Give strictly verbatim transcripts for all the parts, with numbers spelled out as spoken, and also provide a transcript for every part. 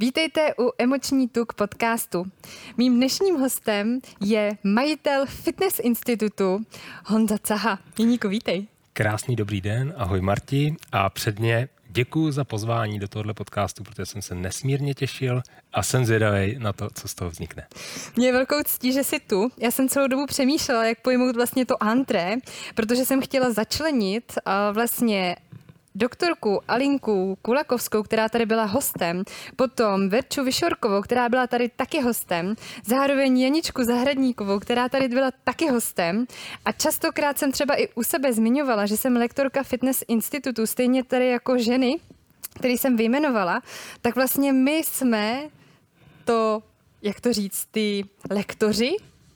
Vítejte u Emoční tuk podcastu. Mým dnešním hostem je majitel Fitness institutu Honza Caha. Jeníku, vítej. Krásný dobrý den, ahoj Marti a předně děkuji za pozvání do tohoto podcastu, protože jsem se nesmírně těšil a jsem zvědavý na to, co z toho vznikne. Mě je velkou ctí, že jsi tu. Já jsem celou dobu přemýšlela, jak pojmout vlastně to antré, protože jsem chtěla začlenit uh, vlastně doktorku Alinku Kulakovskou, která tady byla hostem, potom Verču Vyšorkovou, která byla tady taky hostem, zároveň Janičku Zahradníkovou, která tady byla taky hostem a častokrát jsem třeba i u sebe zmiňovala, že jsem lektorka Fitness institutu, stejně tady jako ženy, který jsem vyjmenovala, tak vlastně my jsme to, jak to říct, ty lektoři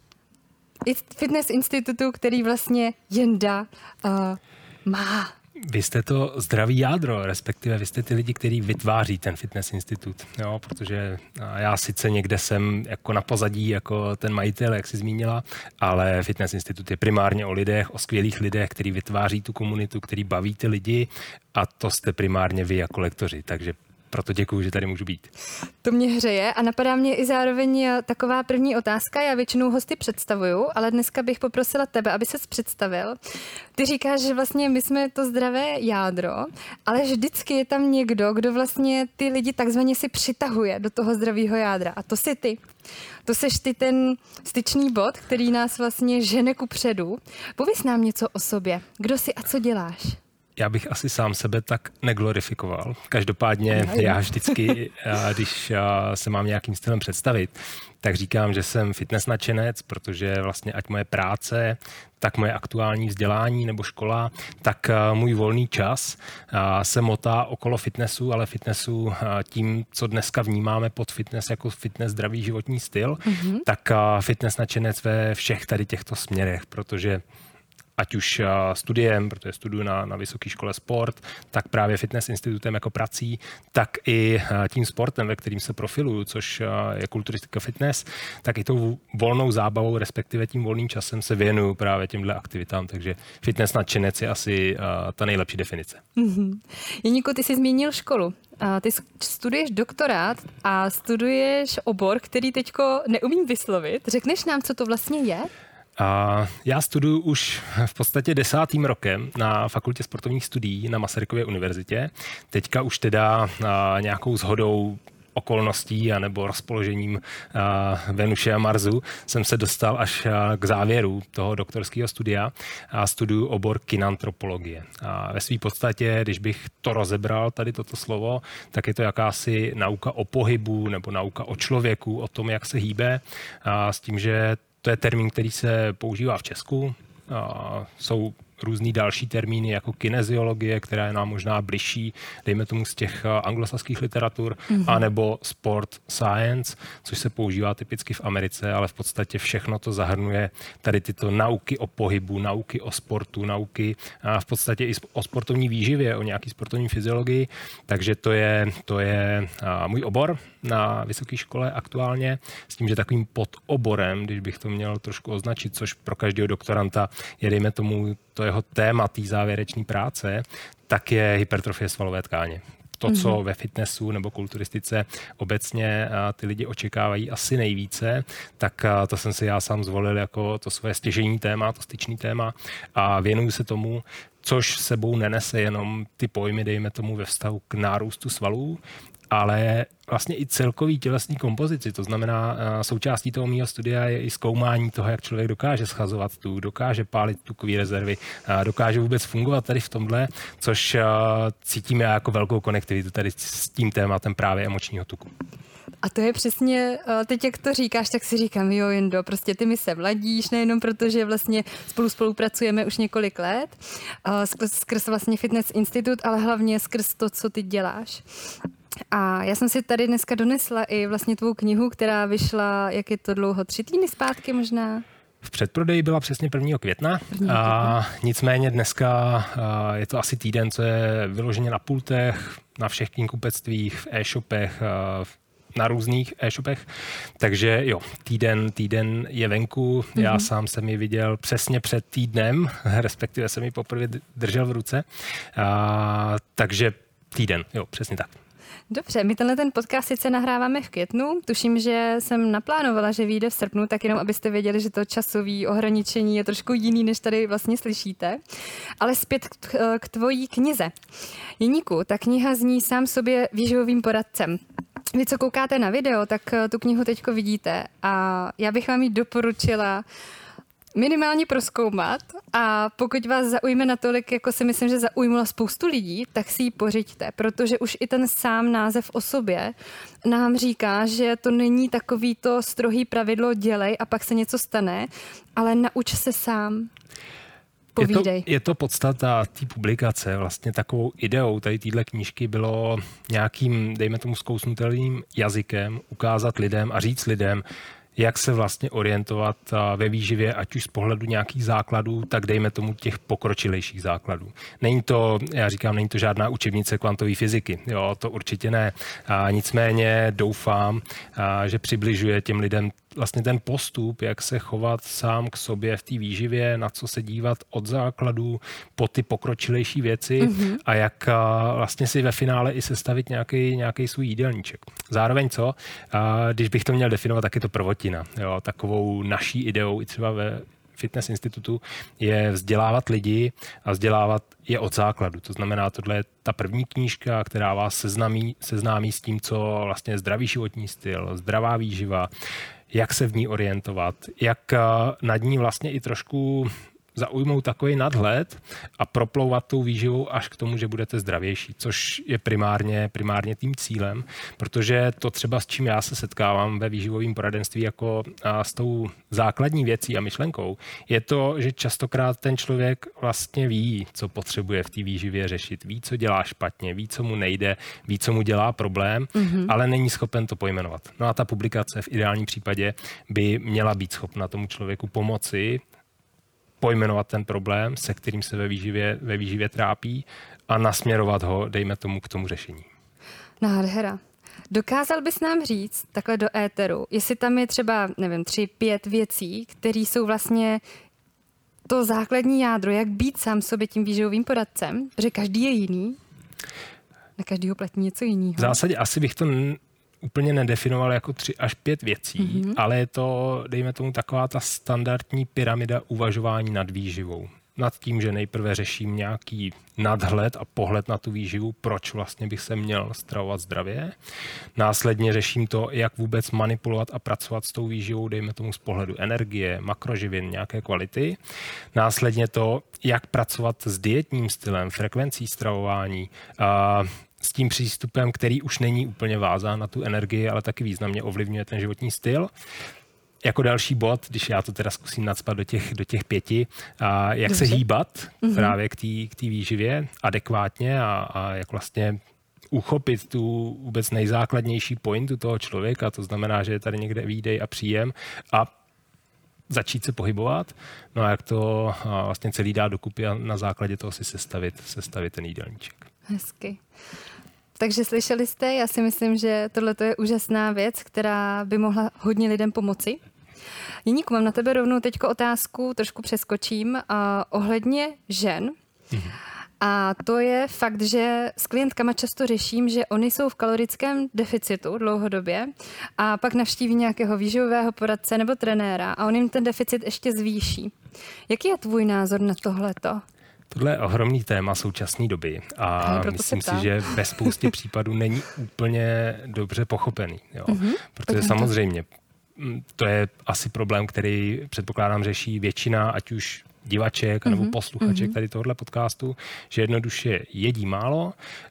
i Fitness institutu, který vlastně Jenda uh, má. Vy jste to zdravý jádro, respektive vy jste ty lidi, kteří vytváří ten Fitness institut, jo, protože já sice někde jsem jako na pozadí, jako ten majitel, jak jsi zmínila, ale Fitness institut je primárně o lidech, o skvělých lidech, kteří vytváří tu komunitu, který baví ty lidi a to jste primárně vy jako lektoři, takže proto děkuju, že tady můžu být. To mě hřeje a napadá mě i zároveň taková první otázka. Já většinou hosty představuju, ale dneska bych poprosila tebe, aby ses představil. Ty říkáš, že vlastně my jsme to zdravé jádro, ale vždycky je tam někdo, kdo vlastně ty lidi takzvaně si přitahuje do toho zdravého jádra. A to jsi ty. To seš ty ten styčný bod, který nás vlastně žene ku předu. Pověz nám něco o sobě. Kdo jsi a co děláš? Já bych asi sám sebe tak neglorifikoval. Každopádně já vždycky, když se mám nějakým stylem představit, tak říkám, že jsem fitness nadšenec, protože vlastně ať moje práce, tak moje aktuální vzdělání nebo škola, tak můj volný čas se motá okolo fitnessu, ale fitnessu tím, co dneska vnímáme pod fitness jako fitness zdravý životní styl, mm-hmm. tak fitness nadšenec ve všech tady těchto směrech, protože ať už studiem, protože studuju na, na vysoké škole sport, tak právě Fitness institutem jako prací, tak i tím sportem, ve kterým se profiluju, což je kulturistika fitness, tak i tou volnou zábavou, respektive tím volným časem se věnuju právě těmhle aktivitám, takže fitness nadšenec je asi ta nejlepší definice. Mm-hmm. Jeníku, ty jsi zmínil školu. Ty studuješ doktorát a studuješ obor, který teďko neumím vyslovit. Řekneš nám, co to vlastně je? A já studuju už v podstatě desátým rokem na Fakultě sportovních studií na Masarykově univerzitě. Teďka už teda nějakou shodou okolností anebo rozpoložením Venuše a Marsu jsem se dostal až k závěru toho doktorského studia a studuju obor kinantropologie. A ve své podstatě, když bych to rozebral, tady toto slovo, tak je to jakási nauka o pohybu nebo nauka o člověku, o tom, jak se hýbe, a s tím, že to je termín, který se používá v Česku. A jsou různý další termíny jako kineziologie, která je nám možná bližší, dejme tomu z těch anglosaských literatur, mm-hmm. anebo sport science, což se používá typicky v Americe, ale v podstatě všechno to zahrnuje tady tyto nauky o pohybu, nauky o sportu, nauky a v podstatě i o sportovní výživě, o nějaký sportovní fyziologii, takže to je, to je můj obor na vysoké škole aktuálně, s tím, že takovým podoborem, když bych to měl trošku označit, což pro každého doktoranta je, dejme tomu, to jeho téma té závěrečné práce, tak je hypertrofie svalové tkáně. To, co mm-hmm. ve fitnessu nebo kulturistice obecně ty lidi očekávají asi nejvíce, tak to jsem si já sám zvolil jako to svoje stěžejní téma, to styčný téma a věnuju se tomu, což sebou nenese jenom ty pojmy, dejme tomu, ve vztahu k nárůstu svalů, ale vlastně i celkový tělesný kompozici. To znamená, součástí toho mýho studia je i zkoumání toho, jak člověk dokáže schazovat tu, dokáže pálit tukové rezervy, dokáže vůbec fungovat tady v tomhle, což cítím já jako velkou konektivitu tady s tím tématem právě emočního tuku. A to je přesně, teď jak to říkáš, tak si říkám, jo Jendo, prostě ty mi se vladíš, nejenom protože vlastně spolu spolupracujeme už několik let, skrz vlastně Fitness institut, ale hlavně skrz to, co ty děláš. A já jsem si tady dneska donesla i vlastně tvou knihu, která vyšla, jak je to dlouho, tři týdny zpátky možná? V předprodeji byla přesně prvního května, a nicméně dneska je to asi týden, co je vyloženě na pultech, na všech knihkupectvích, v e-shopech, na různých e-shopech, takže jo, týden, týden je venku, mm-hmm. já sám jsem ji viděl přesně před týdnem, respektive jsem ji poprvé držel v ruce, a, takže týden, jo, přesně tak. Dobře, my tenhle ten podcast sice nahráváme v květnu, tuším, že jsem naplánovala, že vyjde v srpnu, tak jenom abyste věděli, že to časové ohraničení je trošku jiný, než tady vlastně slyšíte. Ale zpět k, k tvojí knize. Jeníku, ta kniha zní Sám sobě výživovým poradcem. Vy, co koukáte na video, tak tu knihu teďko vidíte a já bych vám ji doporučila minimálně prozkoumat a pokud vás zaujme natolik, jako si myslím, že zaujmula spoustu lidí, tak si ji pořiďte, protože už i ten sám název o sobě nám říká, že to není takový to strohý pravidlo dělej a pak se něco stane, ale nauč se sám. Povídej. Je to, je to podstata té publikace. Vlastně takovou ideou tady téhle knížky bylo nějakým, dejme tomu, zkousnutelným jazykem ukázat lidem a říct lidem, jak se vlastně orientovat ve výživě, ať už z pohledu nějakých základů, tak dejme tomu těch pokročilejších základů. Není to, já říkám, není to žádná učebnice kvantové fyziky, jo, to určitě ne. A nicméně doufám, a, že přibližuje těm lidem vlastně ten postup, jak se chovat sám k sobě v té výživě, na co se dívat od základů po ty pokročilejší věci mm-hmm. a jak a, vlastně si ve finále i sestavit nějaký, nějaký svůj jídelníček. Zároveň co? A, když bych to měl definovat, tak je to prvotina. Jo, takovou naší ideou i třeba ve Fitness institutu je vzdělávat lidi a vzdělávat je od základu. To znamená, tohle je ta první knížka, která vás seznámí, seznámí s tím, co vlastně je zdravý životní styl, zdravá výživa, jak se v ní orientovat, jak nad ní vlastně i trošku zaujmout takový nadhled a proplouvat tou výživou až k tomu, že budete zdravější, což je primárně, primárně tím cílem, protože to třeba s čím já se setkávám ve výživovém poradenství jako a s tou základní věcí a myšlenkou, je to, že častokrát ten člověk vlastně ví, co potřebuje v té výživě řešit, ví, co dělá špatně, ví, co mu nejde, ví, co mu dělá problém, mm-hmm. ale není schopen to pojmenovat. No a ta publikace v ideálním případě by měla být schopna tomu člověku pomoci pojmenovat ten problém, se kterým se ve výživě, ve výživě trápí a nasměrovat ho, dejme tomu, k tomu řešení. Nádhera. Dokázal bys nám říct takhle do éteru, jestli tam je třeba, nevím, tři, pět věcí, které jsou vlastně to základní jádro, jak být sám sobě tím výživovým poradcem, protože každý je jiný, na každýho platí něco jiného. V zásadě asi bych to n- úplně nedefinoval jako tři až pět věcí, mm-hmm. ale je to, dejme tomu, taková ta standardní pyramida uvažování nad výživou. Nad tím, že nejprve řeším nějaký nadhled a pohled na tu výživu, proč vlastně bych se měl stravovat zdravě. Následně řeším to, jak vůbec manipulovat a pracovat s tou výživou, dejme tomu z pohledu energie, makroživin, nějaké kvality. Následně to, jak pracovat s dietním stylem, frekvencí stravování, a s tím přístupem, který už není úplně vázán na tu energii, ale taky významně ovlivňuje ten životní styl. Jako další bod, když já to teda zkusím nacpat do těch, do těch pěti, a jak Dobře. se hýbat mm-hmm. právě k té k té výživě adekvátně a, a jak vlastně uchopit tu vůbec nejzákladnější pointu toho člověka, to znamená, že je tady někde výdej a příjem a začít se pohybovat, no a jak to a vlastně celý dá dokupy a na základě toho si sestavit, sestavit ten jídelníček. Hezky. Takže slyšeli jste, já si myslím, že tohle je úžasná věc, která by mohla hodně lidem pomoci. Jeníku, mám na tebe rovnou teďko otázku, trošku přeskočím, a ohledně žen. Mhm. A to je fakt, že s klientkama často řeším, že oni jsou v kalorickém deficitu dlouhodobě a pak navštíví nějakého výživového poradce nebo trenéra a on jim ten deficit ještě zvýší. Jaký je tvůj názor na tohleto? Tohle je ohromný téma současné doby a myslím si, že ve spoustě případů není úplně dobře pochopený. Jo? Mm-hmm, Protože samozřejmě to je asi problém, který předpokládám řeší většina, ať už divaček nebo mm-hmm, posluchaček mm-hmm. tady tohohle podcastu, že jednoduše jedí málo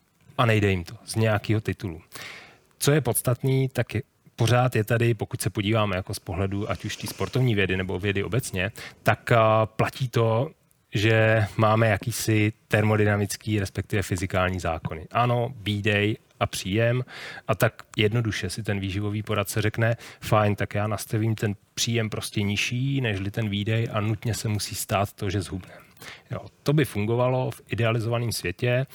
a nejde jim to z nějakého titulu. Co je podstatný, tak je, pořád je tady, pokud se podíváme jako z pohledu ať už té sportovní vědy nebo vědy obecně, tak uh, platí to, že máme jakýsi termodynamický, respektive fyzikální zákony. Ano, výdej a příjem a tak jednoduše si ten výživový poradce řekne, fajn, tak já nastavím ten příjem prostě nižší, nežli ten výdej a nutně se musí stát to, že zhubne. Jo, to by fungovalo v idealizovaném světě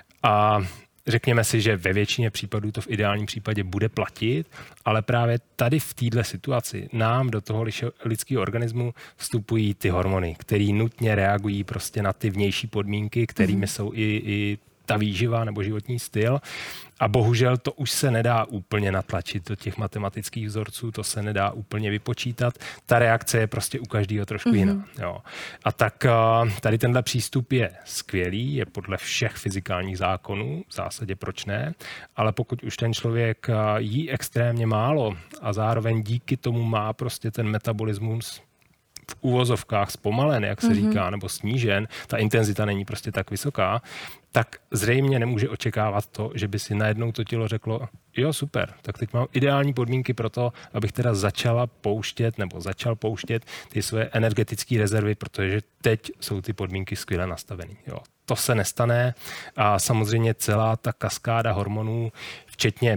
a řekněme si, že ve většině případů to v ideálním případě bude platit, ale právě tady v této situaci nám do toho lidského organismu vstupují ty hormony, které nutně reagují prostě na ty vnější podmínky, kterými mm-hmm. jsou i, i ta výživa nebo životní styl. A bohužel to už se nedá úplně natlačit do těch matematických vzorců, to se nedá úplně vypočítat. Ta reakce je prostě u každého trošku mm-hmm. jiná. Jo. A tak tady tenhle přístup je skvělý, je podle všech fyzikálních zákonů, v zásadě proč ne, ale pokud už ten člověk jí extrémně málo a zároveň díky tomu má prostě ten metabolismus v úvozovkách zpomalen, jak se mm-hmm. říká, nebo snížen, ta intenzita není prostě tak vysoká, tak zřejmě nemůže očekávat to, že by si najednou to tělo řeklo, jo, super, tak teď mám ideální podmínky pro to, abych teda začala pouštět nebo začal pouštět ty své energetické rezervy, protože teď jsou ty podmínky skvěle nastavený. Jo. To se nestane a samozřejmě celá ta kaskáda hormonů, včetně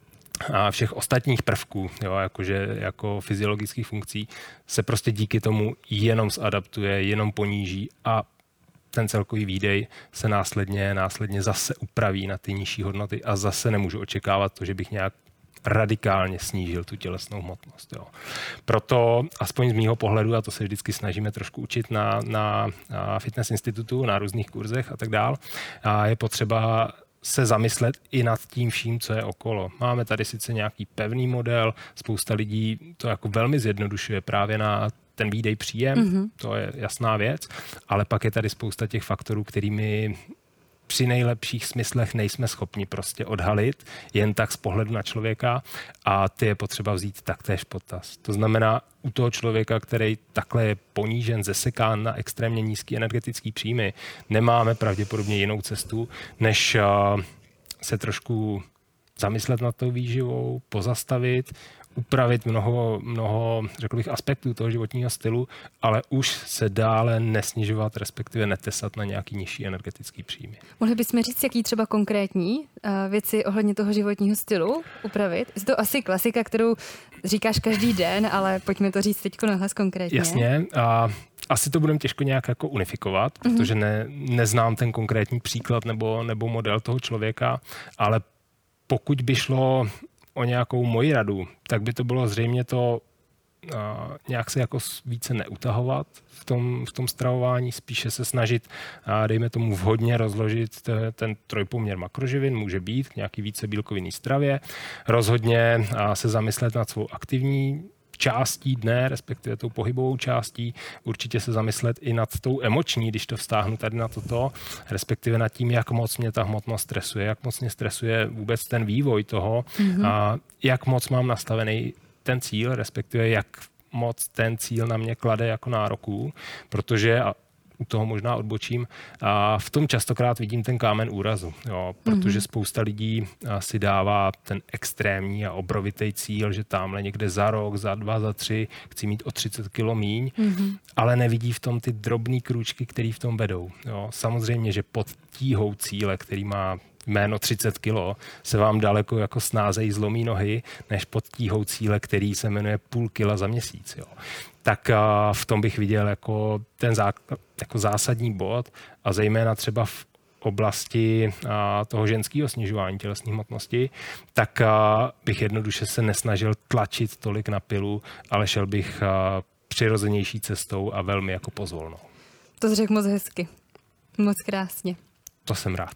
a všech ostatních prvků, jo, jakože jako fyziologických funkcí, se prostě díky tomu jenom zadaptuje, jenom poníží a ten celkový výdej se následně, následně zase upraví na ty nižší hodnoty a zase nemůžu očekávat to, že bych nějak radikálně snížil tu tělesnou hmotnost. Jo. Proto, aspoň z mýho pohledu, a to se vždycky snažíme trošku učit na, na, na fitness institutu, na různých kurzech a tak dál, a je potřeba se zamyslet i nad tím vším, co je okolo. Máme tady sice nějaký pevný model, spousta lidí to jako velmi zjednodušuje právě na ten výdej příjem, mm-hmm. to je jasná věc, ale pak je tady spousta těch faktorů, kterými při nejlepších smyslech nejsme schopni prostě odhalit, jen tak z pohledu na člověka a ty je potřeba vzít taktéž potaz. To znamená, u toho člověka, který takhle je ponížen, zesekán na extrémně nízký energetický příjmy, nemáme pravděpodobně jinou cestu, než uh, se trošku zamyslet nad tou výživou, pozastavit, upravit mnoho, mnoho, řekl bych, aspektů toho životního stylu, ale už se dále nesnižovat, respektive netesat na nějaký nižší energetický příjmy. Mohli bychom říct, jaký třeba konkrétní uh, věci ohledně toho životního stylu upravit? Je to asi klasika, kterou říkáš každý den, ale pojďme to říct teďko nahlas konkrétně. Jasně. A asi to budeme těžko nějak jako unifikovat, mm-hmm. protože ne, neznám ten konkrétní příklad nebo, nebo model toho člověka, ale pokud by šlo o nějakou moji radu, tak by to bylo zřejmě to uh, nějak se jako více neutahovat v tom, v tom stravování, spíše se snažit, uh, dejme tomu vhodně rozložit t- ten trojpoměr makroživin, může být k nějaký více bílkovinný stravě, rozhodně uh, se zamyslet nad svou aktivní částí dne, respektive tou pohybovou částí, určitě se zamyslet i nad tou emoční, když to vztáhnu tady na toto, respektive nad tím, jak moc mě ta hmotnost stresuje, jak moc mě stresuje vůbec ten vývoj toho, mm-hmm. a jak moc mám nastavený ten cíl, respektive jak moc ten cíl na mě klade jako nároků, protože a u toho možná odbočím. A v tom častokrát vidím ten kámen úrazu, jo, protože mm-hmm. spousta lidí si dává ten extrémní a obrovitý cíl, že tamhle někde za rok, za dva, za tři chci mít o třicet kilo míň, mm-hmm. ale nevidí v tom ty drobný krůčky, který v tom vedou. Jo. Samozřejmě, že pod tíhou cíle, který má jméno třicet kilo, se vám daleko jako snázejí zlomí nohy, než pod tíhou cíle, který se jmenuje půl kila za měsíc. Jo. Tak v tom bych viděl jako ten zá, jako zásadní bod a zejména třeba v oblasti toho ženského snižování tělesné hmotnosti, tak bych jednoduše se nesnažil tlačit tolik na pilu, ale šel bych přirozenější cestou a velmi jako pozvolnou. To řekl moc hezky. Moc krásně. To jsem rád.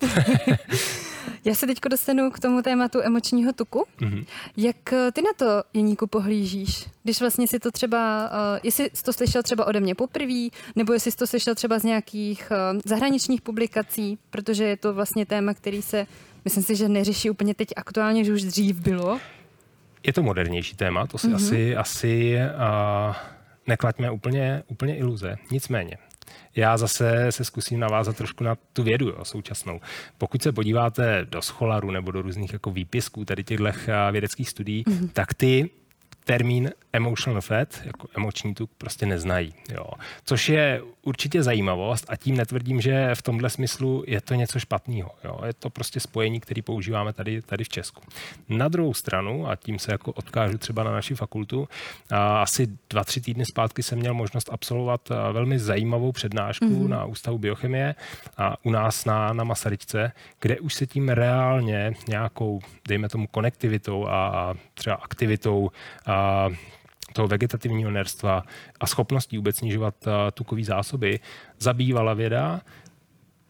Já se teďko dostanu k tomu tématu emočního tuku. Mm-hmm. Jak ty na to, Jeníku, pohlížíš? Když vlastně si to třeba, uh, jestli jsi to slyšel třeba ode mě poprvé, nebo jestli jsi to slyšel třeba z nějakých uh, zahraničních publikací, protože je to vlastně téma, který se, myslím si, že neřeší úplně teď aktuálně, že už dřív bylo. Je to modernější téma, to si mm-hmm. asi, asi uh, neklaďme úplně, úplně iluze. Nicméně, já zase se zkusím navázat trošku na tu vědu, jo, současnou. Pokud se podíváte do scholaru nebo do různých jako výpisků tady těchto vědeckých studií, mm-hmm. tak ty termín emotional fat, jako emoční tuk, prostě neznají. Jo. Což je určitě zajímavost a tím netvrdím, že v tomhle smyslu je to něco špatného. Jo. Je to prostě spojení, které používáme tady, tady v Česku. Na druhou stranu, a tím se jako odkážu třeba na naši fakultu, a asi dva, tři týdny zpátky jsem měl možnost absolvovat velmi zajímavou přednášku mm-hmm. na Ústavu biochemie a u nás na, na Masaryčce, kde už se tím reálně nějakou, dejme tomu, konektivitou a, a třeba aktivitou a toho vegetativního nerstva a schopností vůbec snižovat tukový zásoby zabývala věda.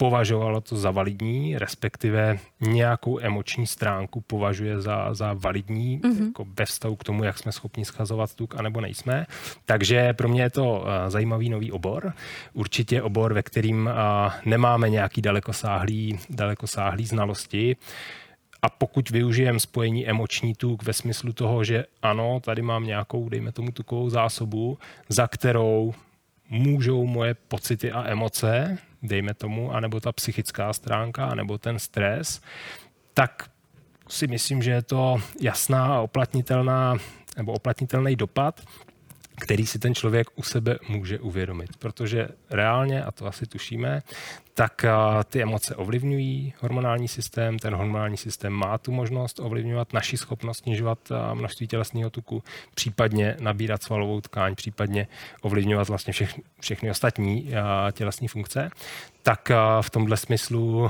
považovalo to za validní, respektive nějakou emoční stránku považuje za, za validní, mm-hmm. jako ve vztahu k tomu, jak jsme schopni schazovat tuk, anebo nejsme. Takže pro mě je to uh, zajímavý nový obor. Určitě obor, ve kterým uh, nemáme nějaký dalekosáhlý, dalekosáhlý znalosti. A pokud využijeme spojení emoční tuk ve smyslu toho, že ano, tady mám nějakou, dejme tomu, tukovou zásobu, za kterou můžou moje pocity a emoce, dejme tomu, anebo ta psychická stránka, anebo ten stres, tak si myslím, že je to jasná a oplatnitelná, nebo oplatnitelný dopad, který si ten člověk u sebe může uvědomit. Protože reálně, a to asi tušíme, tak ty emoce ovlivňují hormonální systém, ten hormonální systém má tu možnost ovlivňovat naši schopnost snižovat množství tělesného tuku, případně nabírat svalovou tkáň, případně ovlivňovat vlastně všech, všechny ostatní tělesné funkce. Tak v tomhle smyslu,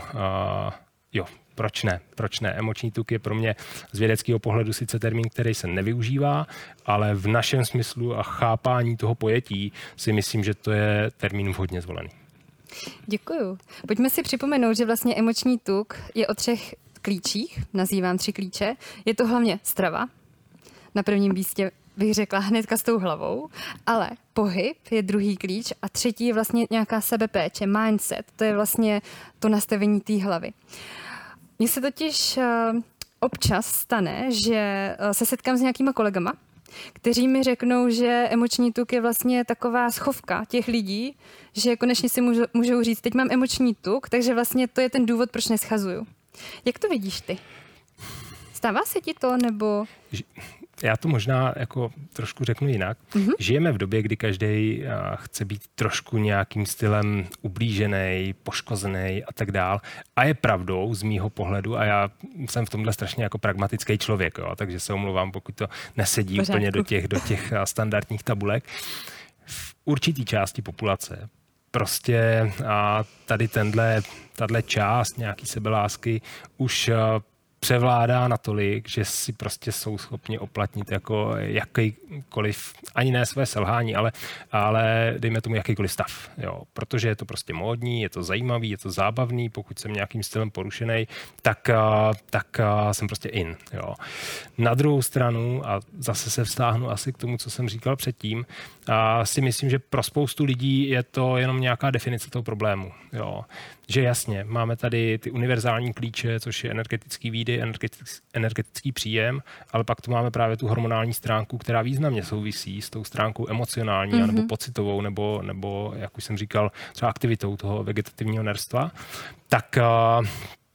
jo, proč ne? Proč ne? Emoční tuk je pro mě z vědeckého pohledu sice termín, který se nevyužívá, ale v našem smyslu a chápání toho pojetí si myslím, že to je termín vhodně zvolený. Děkuju. Pojďme si připomenout, že vlastně emoční tuk je o třech klíčích, nazývám tři klíče. Je to hlavně strava, na prvním místě bych řekla hnedka s tou hlavou, ale pohyb je druhý klíč a třetí je vlastně nějaká sebepéče, mindset, to je vlastně to nastavení té hlavy. Mně se totiž uh, občas stane, že uh, se setkám s nějakýma kolegama, kteří mi řeknou, že emoční tuk je vlastně taková schovka těch lidí, že konečně si můžou, můžou říct, teď mám emoční tuk, takže vlastně to je ten důvod, proč neschazuju. Jak to vidíš ty? Stává se ti to, nebo... Já to možná jako trošku řeknu jinak. Mm-hmm. Žijeme v době, kdy každý chce být trošku nějakým stylem ublížený, poškozený a tak dál. A je pravdou z mýho pohledu, a já jsem v tomhle strašně jako pragmatický člověk, jo, takže se omlouvám, pokud to nesedí Pořádku. úplně do těch, do těch standardních tabulek. V určitý části populace prostě a tady tenhle, tahle část nějaký sebelásky už převládá natolik, že si prostě jsou schopni oplatnit jako jakýkoliv, ani ne své selhání, ale, ale dejme tomu jakýkoliv stav. Jo. Protože je to prostě módní, je to zajímavý, je to zábavný, pokud jsem nějakým stylem porušený, tak, tak jsem prostě in. Jo. Na druhou stranu, a zase se vztáhnu asi k tomu, co jsem říkal předtím, a si myslím, že pro spoustu lidí je to jenom nějaká definice toho problému. Jo. Že jasně, máme tady ty univerzální klíče, což je energetický výdej, energetický, energetický příjem, ale pak tu máme právě tu hormonální stránku, která významně souvisí s tou stránkou emocionální, mm-hmm. nebo pocitovou, nebo, nebo, jak už jsem říkal, třeba aktivitou toho vegetativního nerstva. Tak uh,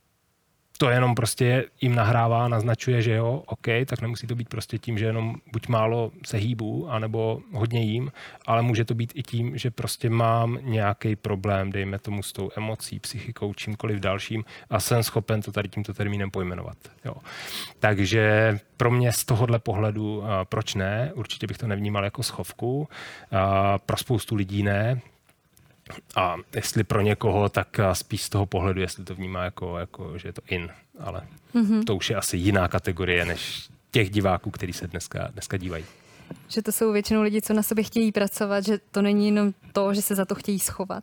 to jenom prostě jim nahrává, naznačuje, že jo, OK, tak nemusí to být prostě tím, že jenom buď málo se hýbu, anebo hodně jím, ale může to být i tím, že prostě mám nějaký problém, dejme tomu s tou emocí, psychikou, čímkoliv dalším a jsem schopen to tady tímto termínem pojmenovat. Jo. Takže pro mě z tohohle pohledu, a proč ne, určitě bych to nevnímal jako schovku, a pro spoustu lidí ne. A jestli pro někoho, tak spíš z toho pohledu, jestli to vnímá jako, jako že je to in, ale mm-hmm. to už je asi jiná kategorie než těch diváků, kteří se dneska, dneska dívají. Že to jsou většinou lidi, co na sobě chtějí pracovat, že to není jenom to, že se za to chtějí schovat.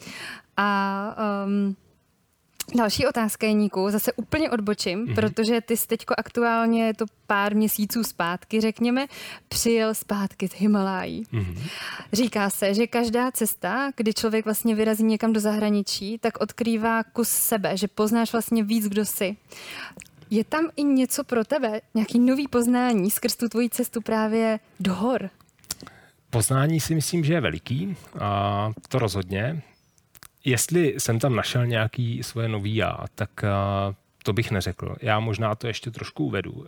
A um, další otázka, Jeníku, zase úplně odbočím, mm-hmm. protože ty jsi teďko aktuálně, je to pár měsíců zpátky, řekněme, přijel zpátky z Himalájí. Mm-hmm. Říká se, že každá cesta, kdy člověk vlastně vyrazí někam do zahraničí, tak odkrývá kus sebe, že poznáš vlastně víc, kdo jsi. Je tam i něco pro tebe, nějaký nový poznání skrz tu tvoji cestu právě do hor? Poznání si myslím, že je veliký, a to rozhodně. Jestli jsem tam našel nějaký svoje nový já, tak uh, to bych neřekl. Já možná to ještě trošku uvedu. Uh,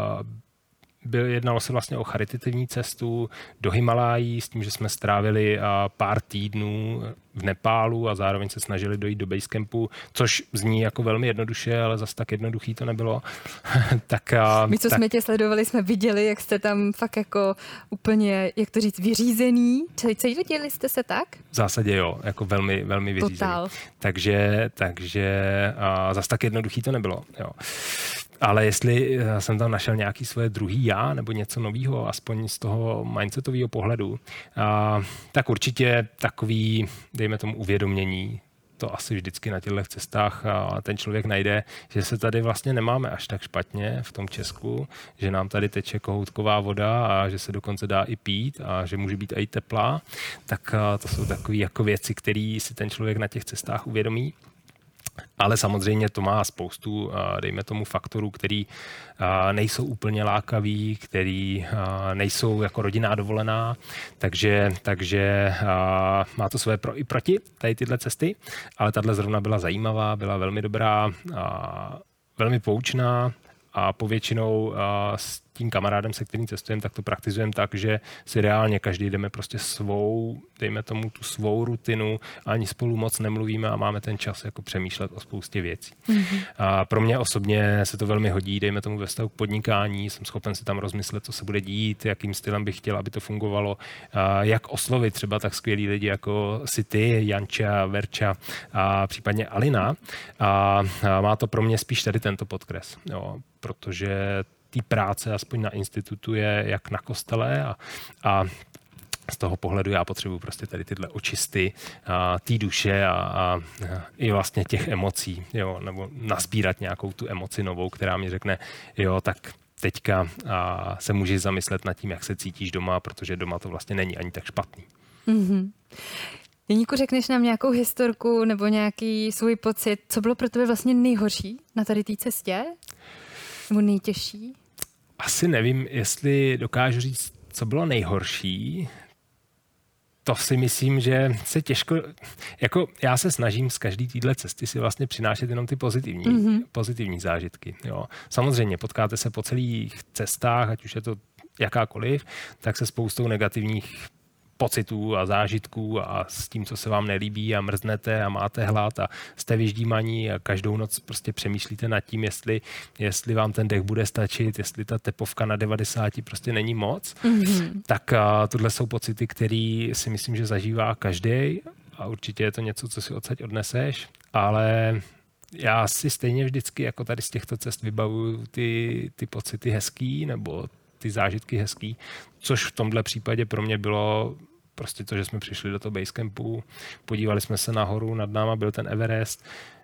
byl, jednalo se vlastně o charitativní cestu do Himalájí s tím, že jsme strávili uh, pár týdnů v Nepálu a zároveň se snažili dojít do basecampu, což zní jako velmi jednoduše, ale zase tak jednoduchý to nebylo. tak, uh, My, co tak... jsme tě sledovali, jsme viděli, jak jste tam fakt jako úplně, jak to říct, vyřízený. Cítili jste se tak? V zásadě jo, jako velmi, velmi vyřízený. Total. Takže, takže uh, zase tak jednoduchý to nebylo. Jo. Ale jestli jsem tam našel nějaký svoje druhý já nebo něco nového, aspoň z toho mindsetového pohledu, a, tak určitě takový, dejme tomu, uvědomění to asi vždycky na těchto cestách a ten člověk najde, že se tady vlastně nemáme až tak špatně v tom Česku, že nám tady teče kohoutková voda a že se dokonce dá i pít a že může být i teplá, tak to jsou takové jako věci, které si ten člověk na těch cestách uvědomí. Ale samozřejmě to má spoustu, dejme tomu, faktorů, který nejsou úplně lákaví, který nejsou jako rodinná dovolená, takže, takže má to své pro i proti, tady tyhle cesty, ale tahle zrovna byla zajímavá, byla velmi dobrá, velmi poučná a povětšinou s tím kamarádem, se kterým cestujeme, tak to praktizujeme tak, že si reálně každý jdeme prostě svou, dejme tomu tu svou rutinu, ani spolu moc nemluvíme a máme ten čas jako přemýšlet o spoustě věcí. Mm-hmm. A pro mě osobně se to velmi hodí, dejme tomu ve vztahu k podnikání, jsem schopen si tam rozmyslet, co se bude dít, jakým stylem bych chtěl, aby to fungovalo, a jak oslovit třeba tak skvělí lidi jako si ty, Janča, Verča a případně Alina. A, a má to pro mě spíš tady tento podkres, jo, protože té práce, aspoň na institutu, je jak na kostele a, a z toho pohledu já potřebuji prostě tady tyhle očisty té duše a, a i vlastně těch emocí, jo, nebo nazbírat nějakou tu emoci novou, která mi řekne, jo, tak teďka a se můžeš zamyslet nad tím, jak se cítíš doma, protože doma to vlastně není ani tak špatný. Mm-hmm. Janíku, řekneš nám nějakou historku nebo nějaký svůj pocit, co bylo pro tebe vlastně nejhorší na tady té cestě? Nebo nejtěžší? Asi nevím, jestli dokážu říct, co bylo nejhorší. To si myslím, že se těžko... Jako já se snažím z každé téhle cesty si vlastně přinášet jenom ty pozitivní, mm-hmm. pozitivní zážitky. Jo. Samozřejmě potkáte se po celých cestách, ať už je to jakákoliv, tak se spoustou negativních pocitů a zážitků a s tím, co se vám nelíbí a mrznete a máte hlad a jste vyždímaní a každou noc prostě přemýšlíte nad tím, jestli, jestli vám ten dech bude stačit, jestli ta tepovka na devadesát prostě není moc, mm-hmm. tak a, tohle jsou pocity, které si myslím, že zažívá každý a určitě je to něco, co si odsaď odneseš, ale já si stejně vždycky jako tady z těchto cest vybavuju ty, ty pocity hezký nebo ty zážitky hezký, což v tomhle případě pro mě bylo prostě to, že jsme přišli do toho basecampu, podívali jsme se nahoru, nad náma byl ten Everest,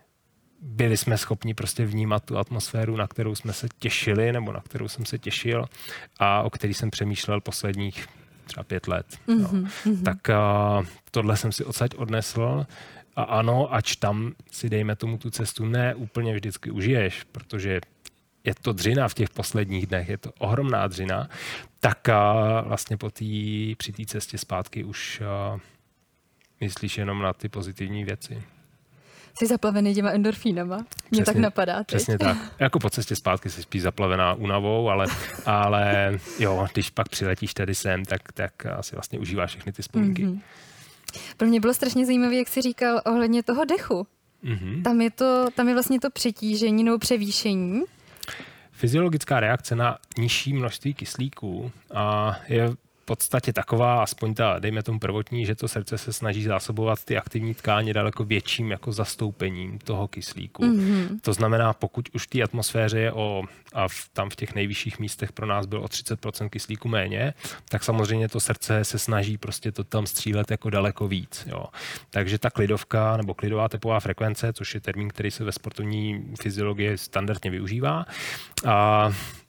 byli jsme schopni prostě vnímat tu atmosféru, na kterou jsme se těšili, nebo na kterou jsem se těšil a o který jsem přemýšlel posledních třeba pět let. Mm-hmm, no. Tak a, tohle jsem si odsaď odnesl a ano, ač tam si dejme tomu tu cestu ne úplně vždycky užiješ, protože je to dřina v těch posledních dnech, je to ohromná dřina, tak a vlastně po tý, při té cestě zpátky už a, myslíš jenom na ty pozitivní věci. Jsi zaplavený těma endorfínama? Mě přesně, tak napadá teď. Přesně tak. Jako po cestě zpátky jsi spíš zaplavená únavou, ale, ale jo, když pak přiletíš tady sem, tak, tak asi vlastně užíváš všechny ty vzpomínky. Mm-hmm. Pro mě bylo strašně zajímavé, jak jsi říkal ohledně toho dechu. Mm-hmm. Tam je to, tam je vlastně to přetížení nebo převýšení. Fyziologická reakce na nižší množství kyslíku a je v podstatě taková, aspoň ta, dejme tomu prvotní, že to srdce se snaží zásobovat ty aktivní tkáně daleko větším jako zastoupením toho kyslíku. Mm-hmm. To znamená, pokud už v té atmosféře je o, a v, tam v těch nejvyšších místech pro nás bylo o třicet procent kyslíku méně, tak samozřejmě to srdce se snaží prostě to tam střílet jako daleko víc. Jo. Takže ta klidovka nebo klidová tepová frekvence, což je termín, který se ve sportovní fyziologii standardně využívá, a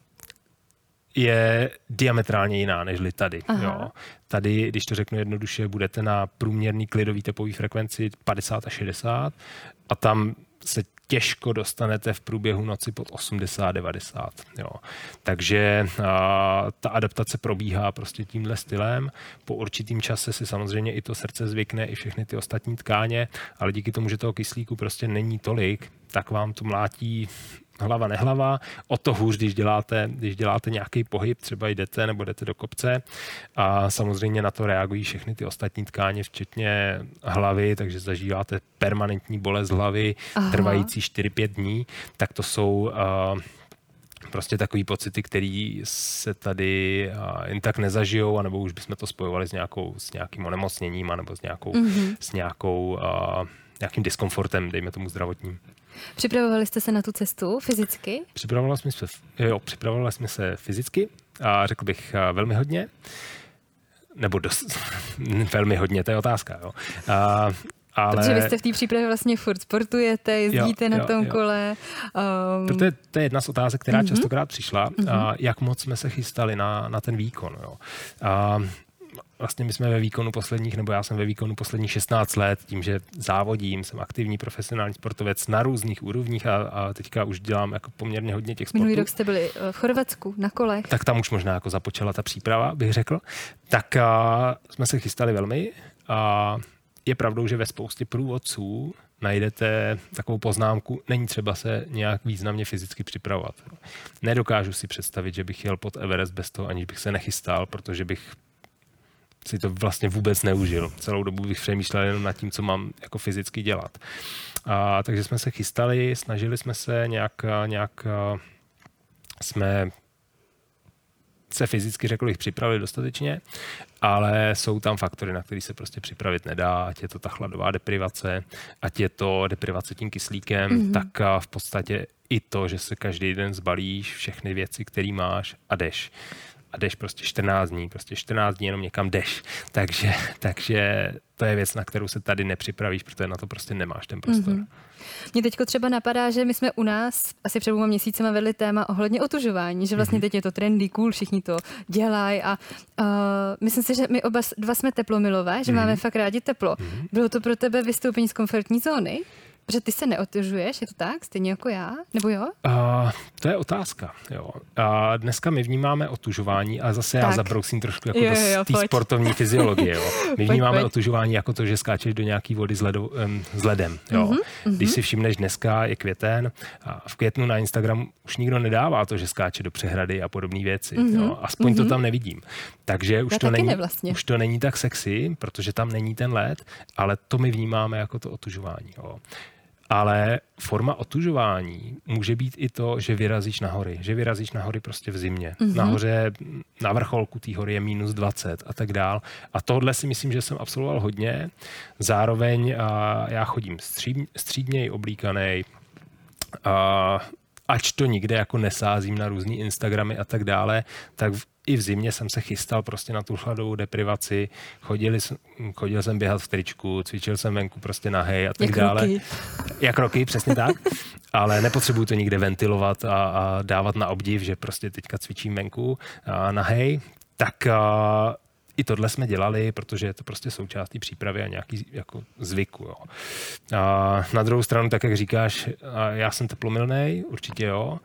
je diametrálně jiná nežli tady. Jo. Tady, když to řeknu jednoduše, budete na průměrný klidový tepový frekvenci padesát až šedesát a tam se těžko dostanete v průběhu noci pod osmdesát devadesát. Jo. Takže a, ta adaptace probíhá prostě tímhle stylem. Po určitým čase si samozřejmě i to srdce zvykne, i všechny ty ostatní tkáně, ale díky tomu, že toho kyslíku prostě není tolik, tak vám to mlátí hlava nehlava, o to hůř, když děláte, když děláte nějaký pohyb, třeba jdete nebo jdete do kopce a samozřejmě na to reagují všechny ty ostatní tkáně, včetně hlavy, takže zažíváte permanentní bolest hlavy, Aha. trvající čtyři pět dní, tak to jsou uh, prostě takový pocity, který se tady uh, jen tak nezažijou, anebo už bychom to spojovali s, nějakou, s nějakým onemocněním, anebo s nějakou, mm-hmm. s nějakou uh, nějakým diskomfortem, dejme tomu zdravotním. Připravovali jste se na tu cestu fyzicky? Připravovali jsme se, jo, připravovali jsme se fyzicky a řekl bych velmi hodně, nebo dost, velmi hodně, to je otázka. Jo. A, Ale... Protože vy jste v té přípravě vlastně furt sportujete, jezdíte jo, na jo, tom jo. kole. Um... Protože to je jedna z otázek, která mm-hmm. častokrát přišla, mm-hmm. a jak moc jsme se chystali na, na ten výkon. Jo. A vlastně my jsme ve výkonu posledních, nebo já jsem ve výkonu posledních šestnáct let, tím, že závodím, jsem aktivní profesionální sportovec na různých úrovních a, a teďka už dělám jako poměrně hodně těch sportů. Minulý rok jste byli v Chorvatsku na kolech. Tak tam už možná jako započala ta příprava, bych řekl. Tak a, jsme se chystali velmi a je pravdou, že ve spoustě průvodců najdete takovou poznámku, není třeba se nějak významně fyzicky připravovat. Nedokážu si představit, že bych jel pod Everest bez toho, aniž bych se nechystal, protože bych si to vlastně vůbec neužil. Celou dobu bych přemýšlel jenom nad tím, co mám jako fyzicky dělat. A, takže jsme se chystali, snažili jsme se nějak, nějak jsme se fyzicky, řekl bych, připravili dostatečně, ale jsou tam faktory, na které se prostě připravit nedá, ať je to ta chladová deprivace, ať je to deprivace tím kyslíkem, mm-hmm. tak v podstatě i to, že se každý den zbalíš všechny věci, které máš a jdeš. A jdeš prostě čtrnáct dní, prostě čtrnáct dní jenom někam jdeš. Takže, takže to je věc, na kterou se tady nepřipravíš, protože na to prostě nemáš ten prostor. Mm-hmm. Mně teďko třeba napadá, že my jsme u nás asi před dvěma měsícema vedli téma ohledně otužování, že vlastně mm-hmm. teď je to trendy, cool, všichni to dělají a uh, myslím si, že my oba dva jsme teplomilové, že mm-hmm. máme fakt rádi teplo. Mm-hmm. Bylo to pro tebe vystoupení z komfortní zóny? Protože ty se neotužuješ, je to tak? Stejně jako já? Nebo jo? Uh, to je otázka. Jo. Uh, dneska my vnímáme otužování, a zase tak. já zabrousím trošku jako jo, jo, z té sportovní fyziologie. Jo. My vnímáme pojď, otužování jako to, že skáčeš do nějaký vody s, ledu, um, s ledem. Jo. Mm-hmm. Když si všimneš, dneska je květen a v květnu na Instagramu už nikdo nedává to, že skáče do přehrady a podobné věci. Mm-hmm. Jo. Aspoň mm-hmm. to tam nevidím. Takže už to, není, vlastně. už to není tak sexy, protože tam není ten led, ale to my vnímáme jako to otužování. Jo. Ale forma otužování může být i to, že vyrazíš na hory. Že vyrazíš na hory prostě v zimě. Mm-hmm. Nahoře, na vrcholku té hory je minus dvacet a tak dál. A tohle si myslím, že jsem absolvoval hodně. Zároveň a já chodím stříd, střídněji oblíkanej, a ač to nikde jako nesázím na různý Instagramy a tak dále, tak v, i v zimě jsem se chystal prostě na tu chladovou deprivaci. Chodil, chodil jsem běhat v tričku, cvičil jsem venku prostě nahej a tak Jak dále. Roky. Jak roky, přesně tak. Ale nepotřebuju to nikde ventilovat a, a dávat na obdiv, že prostě teďka cvičím venku a nahej. Tak a, i tohle jsme dělali, protože je to prostě součástí přípravy a nějaký jako zvyku. Jo. A na druhou stranu, tak jak říkáš, já jsem teplomilnej, určitě jo.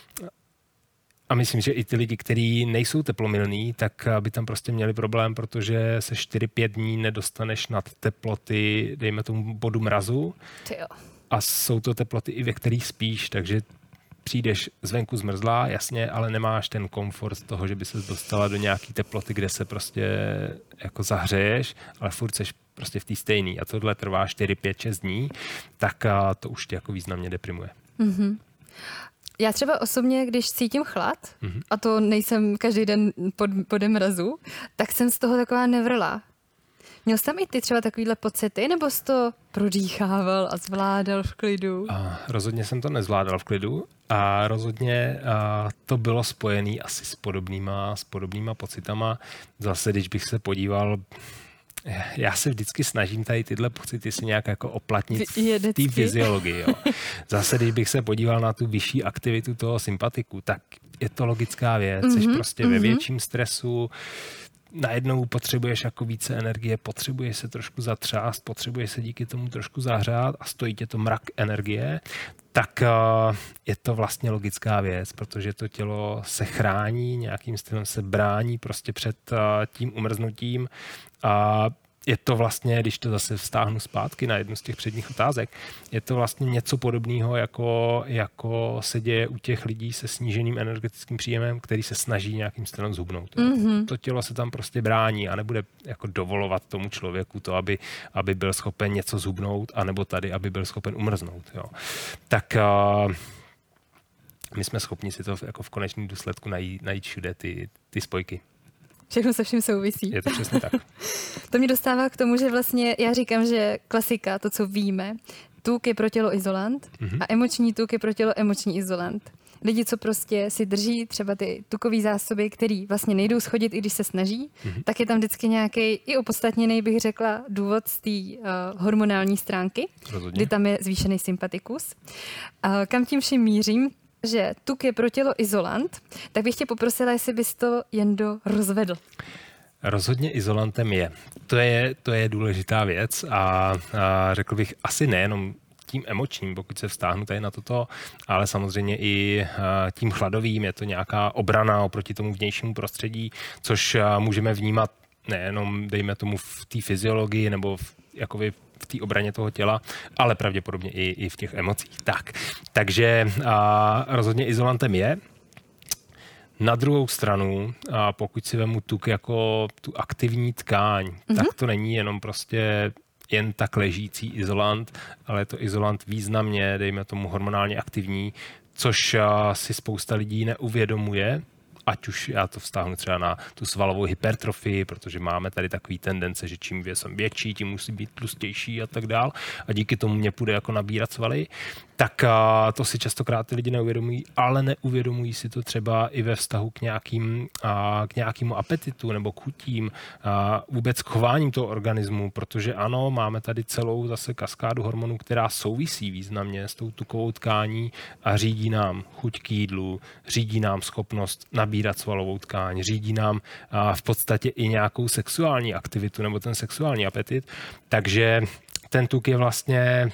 A myslím, že i ty lidi, kteří nejsou teplomilní, tak by tam prostě měli problém, protože se čtyři pět dní nedostaneš nad teploty, dejme tomu bodu mrazu. A jsou to teploty i ve kterých spíš, takže přijdeš zvenku zmrzlá, jasně, ale nemáš ten komfort toho, že by se dostala do nějaký teploty, kde se prostě jako zahřeješ, ale furt seš prostě v té stejný. A tohle trvá čtyři pět šest dní, tak to už tě jako významně deprimuje. Mm-hmm. Já třeba osobně, když cítím chlad, mm-hmm. a to nejsem každý den pod, pod mrazu, tak jsem z toho taková nevrlá. Měl jsi tam i ty třeba takovýhle pocity, nebo jsi to prodýchával a zvládal v klidu? A rozhodně jsem to nezvládal v klidu a rozhodně a to bylo spojené asi s podobnýma, s podobnýma pocitama. Zase, když bych se podíval, já se vždycky snažím tady tyhle pocity si nějak jako oplatnit v té fyziologii. Jo. Zase, když bych se podíval na tu vyšší aktivitu toho sympatiku, tak je to logická věc. Mm-hmm, Jsi prostě mm-hmm. ve větším stresu, najednou potřebuješ jako více energie, potřebuješ se trošku zatřást, potřebuješ se díky tomu trošku zahřát a stojí tě to mrak energie, tak uh, je to vlastně logická věc, protože to tělo se chrání, nějakým stylem se brání prostě před uh, tím umrznutím a je to vlastně, když to zase vztáhnu zpátky na jednu z těch předních otázek, je to vlastně něco podobného, jako, jako se děje u těch lidí se sníženým energetickým příjemem, který se snaží nějakým stylem zhubnout. Mm-hmm. To tělo se tam prostě brání a nebude jako dovolovat tomu člověku to, aby, aby byl schopen něco zhubnout, anebo tady, aby byl schopen umrznout. Jo. Tak uh, my jsme schopni si to jako v konečném důsledku najít, najít všude ty, ty spojky. Všechno se vším souvisí. Je to přesně tak. To mě dostává k tomu, že vlastně já říkám, že klasika, to, co víme, tuk je pro tělo izolant mm-hmm. a emoční tuk je pro tělo emoční izolant. lidi, co prostě si drží třeba ty tukové zásoby, který vlastně nejdou schodit, i když se snaží, mm-hmm. tak je tam vždycky nějaký i opodstatněný, bych řekla, důvod z té uh, hormonální stránky, Rozhodně. kdy tam je zvýšený sympatikus. Uh, kam tím vším mířím, že tuk je pro tělo izolant, tak bych tě poprosila, jestli bys to Jendo rozvedl. Rozhodně izolantem je. To je, to je důležitá věc a, a řekl bych asi nejenom tím emočním, pokud se vztáhnu tady na toto, ale samozřejmě i tím chladovým. Je to nějaká obrana oproti tomu vnějšímu prostředí, což můžeme vnímat nejenom, dejme tomu, v té fyziologii nebo v, jakoby v té obraně toho těla, ale pravděpodobně i, i v těch emocích. Tak, takže a, rozhodně izolantem je. Na druhou stranu, a pokud si vemu tuk jako tu aktivní tkáň, mm-hmm. tak to není jenom prostě jen tak ležící izolant, ale je to izolant významně, dejme tomu hormonálně aktivní, což si spousta lidí neuvědomuje, ať už já to vztáhnu třeba na tu svalovou hypertrofii, protože máme tady takový tendence, že čím jsem větší, tím musí být tlustější a tak dál a díky tomu mě půjde jako nabírat svaly, tak to si častokrát ty lidi neuvědomují, ale neuvědomují si to třeba i ve vztahu k, nějakým, k nějakému apetitu nebo k chutím, vůbec k chováním toho organismu, protože ano, máme tady celou zase kaskádu hormonů, která souvisí významně s tou tukovou tkání a řídí nám chuť k jídlu, řídí nám schopnost nabírat svalovou tkáň, řídí nám v podstatě i nějakou sexuální aktivitu nebo ten sexuální apetit, takže ten tuk je vlastně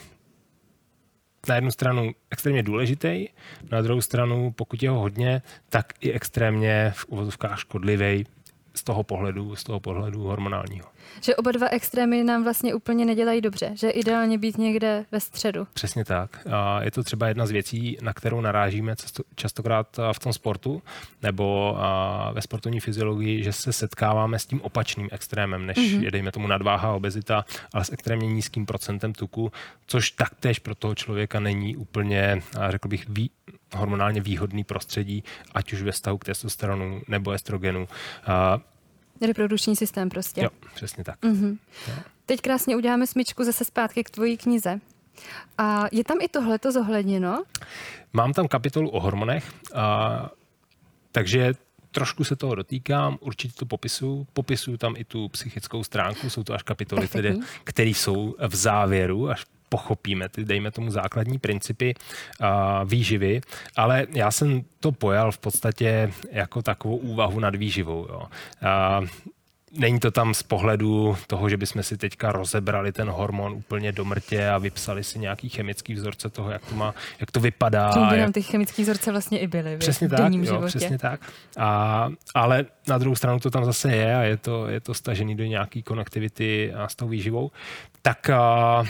na jednu stranu extrémně důležitý, na druhou stranu, pokud je ho hodně, tak i extrémně v uvozovkách škodlivý z toho pohledu, z toho pohledu hormonálního. Že oba dva extrémy nám vlastně úplně nedělají dobře, že ideálně být někde ve středu. Přesně tak. A je to třeba jedna z věcí, na kterou narážíme častokrát v tom sportu nebo ve sportovní fyziologii, že se setkáváme s tím opačným extrémem, než mm-hmm. je, dejme tomu, nadváha, obezita, ale s extrémně nízkým procentem tuku, což taktéž pro toho člověka není úplně, řekl bych, vý, hormonálně výhodný prostředí, ať už ve vztahu k testosteronu nebo estrogenu. Reprodukční systém prostě. Jo, přesně tak. Mm-hmm. Teď krásně uděláme smyčku zase zpátky k tvojí knize. A je tam i tohleto zohledněno? Mám tam kapitolu o hormonech, a, takže trošku se toho dotýkám, určitě to popisuju. Popisuju tam i tu psychickou stránku, jsou to až kapitoly, které jsou v závěru, až pochopíme ty, dejme tomu, základní principy a, výživy, ale já jsem to pojal v podstatě jako takovou úvahu nad výživou. Jo. A, není to tam z pohledu toho, že bychom si teďka rozebrali ten hormon úplně do mrtě a vypsali si nějaký chemický vzorce toho, jak to má, jak to vypadá. Čím by nám jak... ty chemický vzorce vlastně i byly přesně v tak, denním jo, životě. Přesně tak. A, ale na druhou stranu to tam zase je a je to, je to stažený do nějaký konektivity a s tou výživou. Tak a,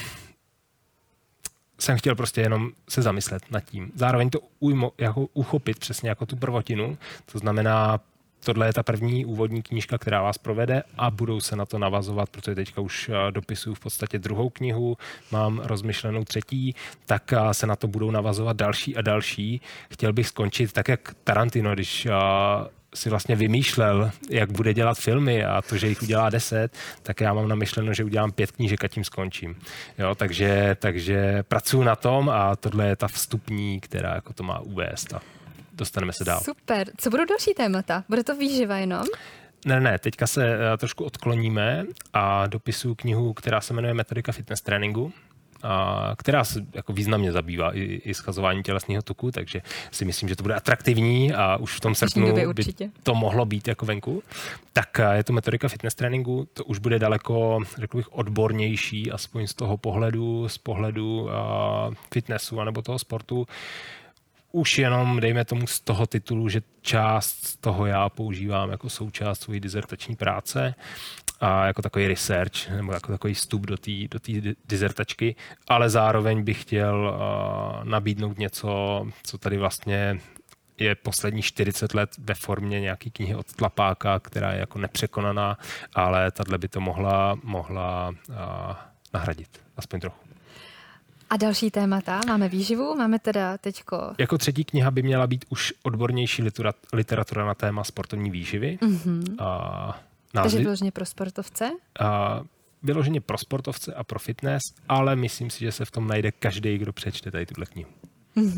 jsem chtěl prostě jenom se zamyslet nad tím. Zároveň to ujmo, jako uchopit přesně jako tu prvotinu. To znamená, tohle je ta první úvodní knížka, která vás provede a budou se na to navazovat, protože teďka už dopisuju v podstatě druhou knihu, mám rozmyšlenou třetí, tak se na to budou navazovat další a další. Chtěl bych skončit tak, jak Tarantino, když si vlastně vymýšlel, jak bude dělat filmy a to, že jich udělá deset, tak já mám namyšleno, že udělám pět knížek a tím skončím. Jo, takže, takže pracuji na tom a tohle je ta vstupní, která jako to má uvést a dostaneme se dál. Super. Co budou další témata? Bude to výživa jenom? Ne, ne, teďka se trošku odkloníme a dopisuju knihu, která se jmenuje Metodika fitness tréninku, a která se jako významně zabývá i, i schazováním tělesného tuku, takže si myslím, že to bude atraktivní a už v tom srpnu by to mohlo být jako venku. Tak je to Metodika fitness tréninku, to už bude daleko, řekl bych, odbornější, aspoň z toho pohledu, z pohledu uh, fitnessu anebo toho sportu. Už jenom, dejme tomu, z toho titulu, že část z toho já používám jako součást své dizertační práce a jako takový research, nebo jako takový vstup do té do té dizertačky, ale zároveň bych chtěl uh, nabídnout něco, co tady vlastně je poslední čtyřicet let ve formě nějaký knihy od Tlapáka, která je jako nepřekonaná, ale tahle by to mohla, mohla uh, nahradit, aspoň trochu. A další témata? Máme výživu, máme teda teďko... Jako třetí kniha by měla být už odbornější literatura na téma sportovní výživy. Mm-hmm. A názvy... Takže vyloženě pro sportovce? A vyloženě pro sportovce a pro fitness, ale myslím si, že se v tom najde každý, kdo přečte tady tuhle knihu. Mm-hmm.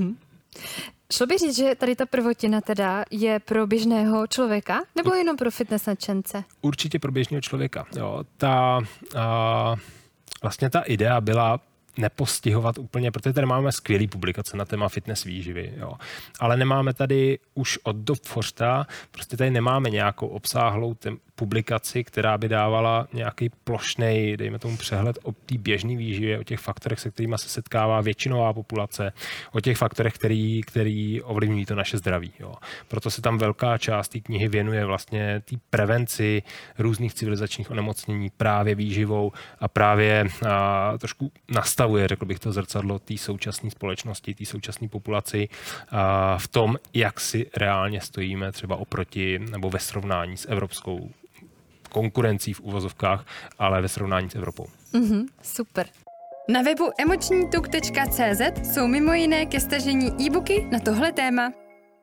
Šlo by říct, že tady ta prvotina teda je pro běžného člověka, nebo jenom pro fitness nadšence? Určitě pro běžného člověka. Jo. Ta, a, vlastně ta idea byla nepostihovat úplně, protože tady máme skvělý publikace na téma fitness výživy, jo. Ale nemáme tady už od Dopforsta, prostě tady nemáme nějakou obsáhlou tem- publikaci, která by dávala nějaký plošnej, dejme tomu přehled o té běžné výživě, o těch faktorech, se kterými se setkává většinová populace, o těch faktorech, který, který ovlivňují to naše zdraví. Jo. Proto se tam velká část té knihy věnuje vlastně té prevenci různých civilizačních onemocnění právě výživou a právě a, trošku nastavuje, řekl bych, to zrcadlo té současné společnosti, té současné populaci a, v tom, jak si reálně stojíme třeba oproti nebo ve srovnání s evropskou konkurencí v uvozovkách, ale ve srovnání s Evropou. Mm-hmm, super. Na webu emoční tuk tečka cé zet jsou mimo jiné ke stažení e-booky na tohle téma.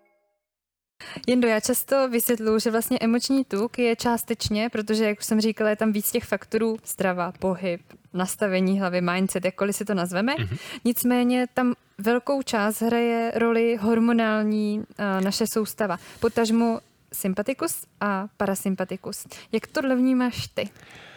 Jendo, já často vysvětluji, že vlastně emoční tuk je částečně, protože, jak už jsem říkala, je tam víc těch faktorů, strava, pohyb, nastavení hlavy, mindset, jakkoliv si to nazveme. Mm-hmm. Nicméně tam velkou část hraje roli hormonální uh, naše soustava. Potažmo sympatikus a parasympatikus. Jak tohle vnímáš ty?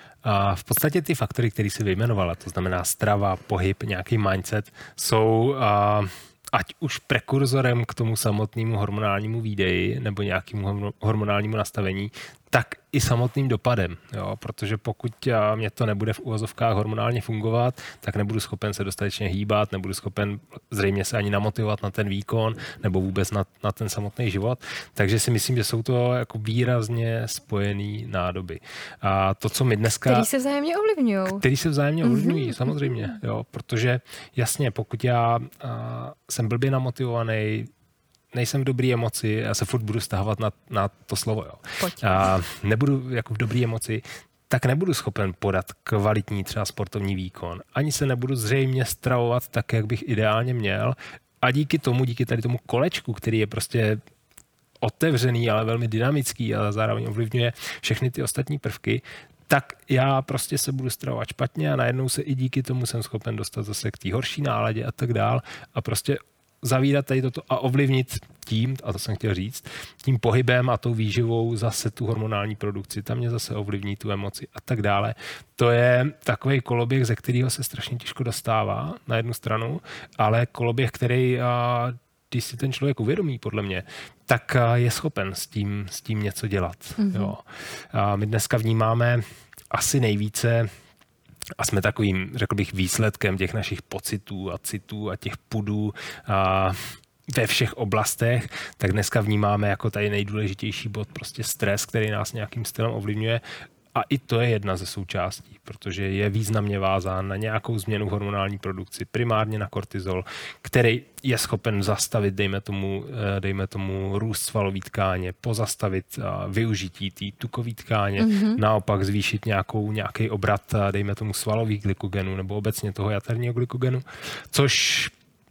A v podstatě ty faktory, které jsi vyjmenovala, to znamená strava, pohyb, nějaký mindset, jsou a, ať už prekurzorem k tomu samotnému hormonálnímu výdeji nebo nějakému hormonálnímu nastavení, tak i samotným dopadem, jo? Protože pokud mě to nebude v uvozovkách hormonálně fungovat, tak nebudu schopen se dostatečně hýbat, nebudu schopen zřejmě se ani namotivovat na ten výkon nebo vůbec na, na ten samotný život. Takže si myslím, že jsou to jako výrazně spojený nádoby. A to, co my dneska... Který se vzájemně ovlivňují. Který se vzájemně ovlivňují, mm-hmm. samozřejmě. Jo? Protože jasně, pokud já a, jsem blbě namotivovaný, nejsem v dobrý emoci, já se furt budu stahovat na, na to slovo. Jo. A nebudu jako v dobrý emoci, tak nebudu schopen podat kvalitní třeba sportovní výkon. Ani se nebudu zřejmě stravovat tak, jak bych ideálně měl. A díky tomu, díky tady tomu kolečku, který je prostě otevřený, ale velmi dynamický a zároveň ovlivňuje všechny ty ostatní prvky, tak já prostě se budu stravovat špatně a najednou se i díky tomu jsem schopen dostat zase k té horší náladě a tak dál. A prostě zavírat tady toto a ovlivnit tím, a to jsem chtěl říct, tím pohybem a tou výživou zase tu hormonální produkci, tam mě zase ovlivní tu emoci a tak dále. To je takový koloběh, ze kterého se strašně těžko dostává na jednu stranu, ale koloběh, který, když si ten člověk uvědomí, podle mě, tak je schopen s tím, s tím něco dělat. Mm-hmm. Jo. A my dneska vnímáme asi nejvíce a jsme takovým, řekl bych, výsledkem těch našich pocitů a citů a těch pudů a ve všech oblastech, tak dneska vnímáme jako tady nejdůležitější bod prostě stres, který nás nějakým stylem ovlivňuje. A i to je jedna ze součástí, protože je významně vázán na nějakou změnu v hormonální produkci, primárně na kortizol, který je schopen zastavit, dejme tomu, dejme tomu růst svalové tkáně, pozastavit využití té tukové tkáně, mm-hmm. naopak zvýšit nějakou, nějaký obrat, dejme tomu, svalových glykogenů nebo obecně toho jaterního glykogenu, což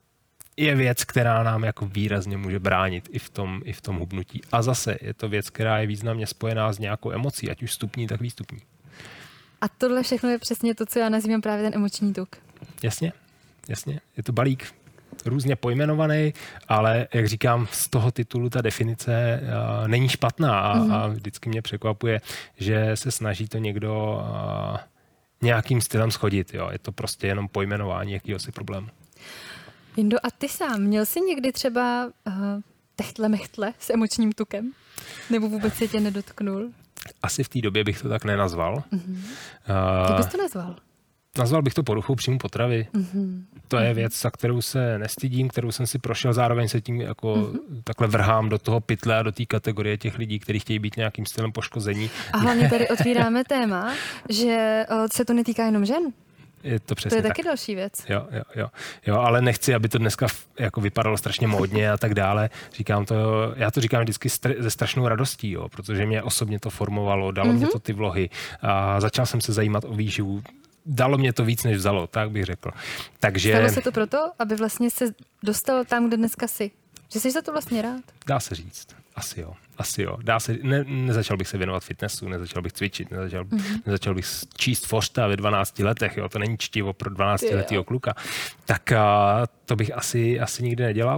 je věc, která nám jako výrazně může bránit i v tom, i v tom hubnutí. A zase je to věc, která je významně spojená s nějakou emocí, ať už stupní, tak výstupní. A tohle všechno je přesně to, co já nazývám právě ten emoční tuk. Jasně, jasně. Je to balík různě pojmenovaný, ale jak říkám, z toho titulu ta definice uh, není špatná a, mm-hmm. a vždycky mě překvapuje, že se snaží to někdo uh, nějakým stylem schodit. Jo. Je to prostě jenom pojmenování jakýhosi problému. Jindo, a ty sám, měl jsi někdy třeba uh, techtle mechtle s emočním tukem? Nebo vůbec se tě nedotknul? Asi v té době bych to tak nenazval. Uh-huh. Uh, Jak bys to nazval? Nazval bych to poruchou příjmu potravy. Uh-huh. To je uh-huh. věc, za kterou se nestydím, kterou jsem si prošel, zároveň se tím jako uh-huh. takhle vrhám do toho pytle a do té kategorie těch lidí, kteří chtějí být nějakým stylem poškození. A hlavně tady otvíráme téma, že uh, se to netýká jenom žen. Je to, to je taky tak. další věc. Jo, jo, jo, jo, ale nechci, aby to dneska jako vypadalo strašně módně a tak dále. Říkám to, já to říkám vždycky str- ze strašnou radostí, jo, protože mě osobně to formovalo, dalo mm-hmm. mě to ty vlohy a začal jsem se zajímat o výživu. Dalo mě to víc, než vzalo, tak bych řekl. Takže... Stalo se to proto, aby vlastně se dostal tam, kde dneska jsi? Že jsi za to vlastně rád? Dá se říct. Asi jo. Asi jo. Dá se, ne, nezačal bych se věnovat fitnessu, nezačal bych cvičit, nezačal, mm-hmm. nezačal bych číst Forsta ve dvanácti letech, jo. To není čtivo pro dvanáctiletýho kluka. Tak a, to bych asi, asi nikdy nedělal.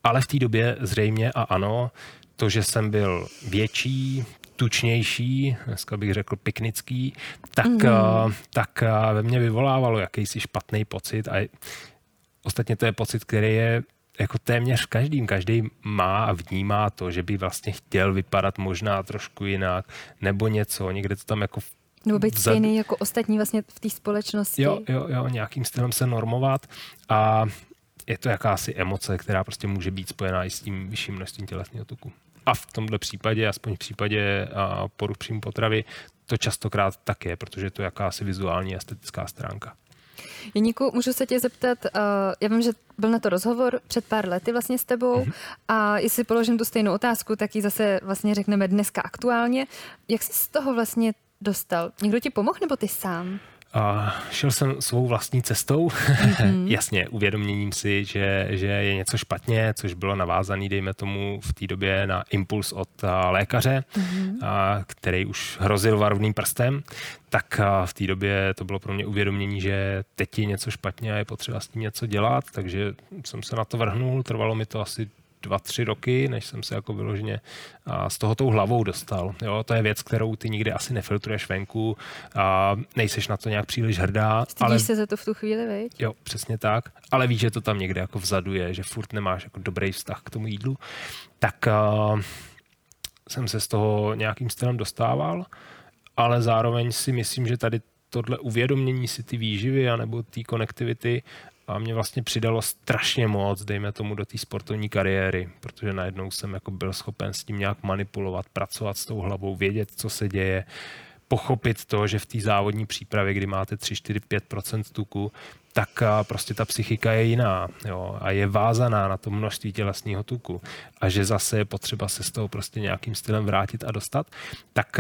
ale v té době zřejmě a ano, to, že jsem byl větší, tučnější, dneska bych řekl piknický, tak, mm. uh, tak uh, ve mně vyvolávalo jakýsi špatný pocit a ostatně to je pocit, který je jako téměř každým. Každý má a vnímá to, že by vlastně chtěl vypadat možná trošku jinak, nebo něco, někde to tam jako... Nebo být vzad... stejný jako ostatní vlastně v té společnosti. Jo, jo, jo, nějakým stylem se normovat a je to jakási emoce, která prostě může být spojená i s tím vyšším množstvím tělesného tuku. A v tomhle případě, aspoň v případě poruch příjmu potravy, to častokrát tak je, protože to je jakási vizuální estetická stránka. Jeníku, můžu se tě zeptat, uh, já vím, že byl na to rozhovor před pár lety vlastně s tebou mm-hmm. a jestli položím tu stejnou otázku, tak ji zase vlastně řekneme dneska aktuálně. Jak jsi z toho vlastně dostal? Někdo ti pomohl nebo ty sám? A šel jsem svou vlastní cestou, mm-hmm. jasně, uvědoměním si, že, že je něco špatně, což bylo navázané, dejme tomu, v té době na impuls od lékaře, mm-hmm. a, který už hrozil varovným prstem, tak v té době to bylo pro mě uvědomění, že teď je něco špatně a je potřeba s tím něco dělat, takže jsem se na to vrhnul, trvalo mi to asi dva, tři roky, než jsem se jako vyloženě z toho tou hlavou dostal. Jo, to je věc, kterou ty nikdy asi nefiltruješ venku a nejseš na to nějak příliš hrdá. Stydíš ale... se za to v tu chvíli, veď? Jo, přesně tak. Ale víš, že to tam někde jako vzadu je, že furt nemáš jako dobrý vztah k tomu jídlu. Tak uh, jsem se z toho nějakým stylem dostával, ale zároveň si myslím, že tady tohle uvědomění si ty výživy anebo té konektivity a mě vlastně přidalo strašně moc, dejme tomu, do té sportovní kariéry, protože najednou jsem jako byl schopen s tím nějak manipulovat, pracovat s tou hlavou, vědět, co se děje, pochopit to, že v té závodní přípravě, kdy máte tři, čtyři, pět procent tuku, tak prostě ta psychika je jiná, jo, a je vázaná na to množství tělesného tuku a že zase je potřeba se z toho prostě nějakým stylem vrátit a dostat, tak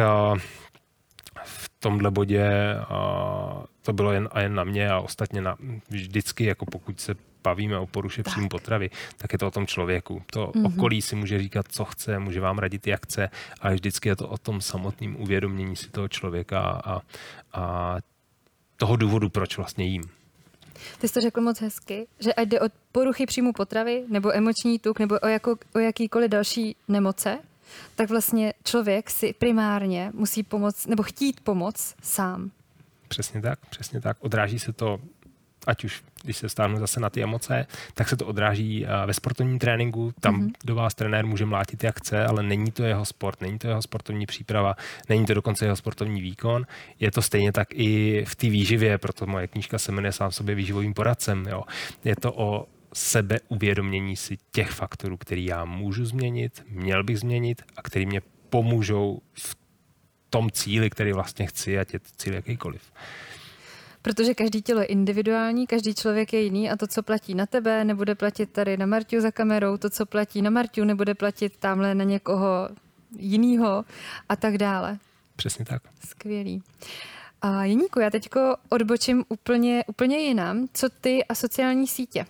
v tomhle bodě uh, to bylo jen a jen na mě a ostatně na, vždycky, jako pokud se bavíme o poruše příjmu potravy, tak je to o tom člověku. To mm-hmm. okolí si může říkat, co chce, může vám radit, jak chce, ale vždycky je to o tom samotném uvědomění si toho člověka a, a toho důvodu, proč vlastně jím. Ty jsi to řekl moc hezky, že ať jde o poruchy příjmu potravy, nebo emoční tuk, nebo o, jako, o jakýkoliv další nemoce, tak vlastně člověk si primárně musí pomoct, nebo chtít pomoct sám. Přesně tak, přesně tak. Odráží se to, ať už, když se stáhnu zase na ty emoce, tak se to odráží ve sportovním tréninku. Tam mm-hmm. do vás trenér může mlátit, jak chce, ale není to jeho sport, není to jeho sportovní příprava, není to dokonce jeho sportovní výkon. Je to stejně tak i v té výživě, proto moje knížka se jmenuje Sám sobě výživovým poradcem. Jo. Je to o sebeuvědomění si těch faktorů, který já můžu změnit, měl bych změnit a který mě pomůžou v tom cíli, který vlastně chci, ať je to cíl jakýkoliv. Protože každý tělo je individuální, každý člověk je jiný a to, co platí na tebe, nebude platit tady na Marťu za kamerou, to, co platí na Marťu, nebude platit tamhle na někoho jinýho a tak dále. Přesně tak. Skvělý. A Jeníku, já teďko odbočím úplně, úplně jinam. Co ty a sociální sítě?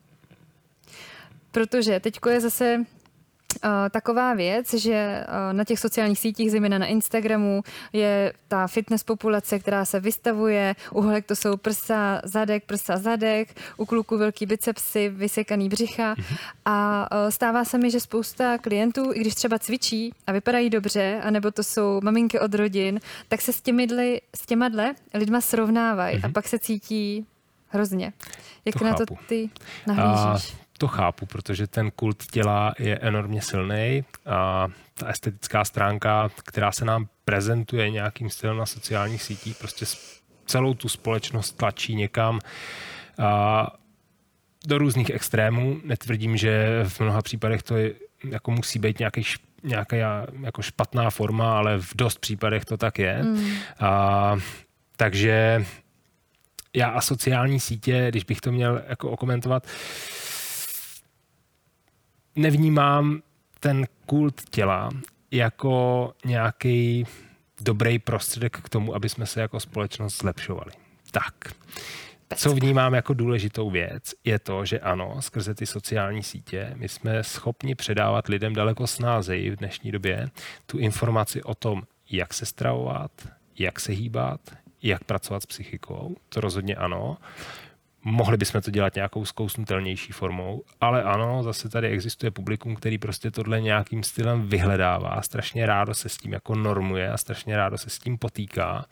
Protože teďko je zase uh, taková věc, že uh, na těch sociálních sítích, zejména na Instagramu, je ta fitness populace, která se vystavuje. U holek to jsou prsa, zadek, prsa, zadek, u kluků velký bicepsy, vysekaný břicha. Mm-hmm. A uh, stává se mi, že spousta klientů, i když třeba cvičí a vypadají dobře, anebo to jsou maminky od rodin, tak se s těmi s těmadle lidma srovnávají mm-hmm. a pak se cítí hrozně. Jak to na chápu. to ty nahlížíš? A... To chápu, protože ten kult těla je enormně silný a ta estetická stránka, která se nám prezentuje nějakým stylem na sociálních sítích, prostě celou tu společnost tlačí někam a do různých extrémů. Netvrdím, že v mnoha případech to je, jako musí být nějaký, nějaká jako špatná forma, ale v dost případech to tak je. Mm. A, takže já a sociální sítě, když bych to měl jako okomentovat, nevnímám ten kult těla jako nějaký dobrý prostředek k tomu, aby jsme se jako společnost zlepšovali. Tak, co vnímám jako důležitou věc, je to, že ano, skrze ty sociální sítě my jsme schopni předávat lidem daleko snázeji v dnešní době tu informaci o tom, jak se stravovat, jak se hýbat, jak pracovat s psychikou. To rozhodně ano. Mohli bychom to dělat nějakou zkousnutelnější formou, ale ano, zase tady existuje publikum, který prostě tohle nějakým stylem vyhledává, strašně rádo se s tím jako normuje a strašně rádo se s tím potýká.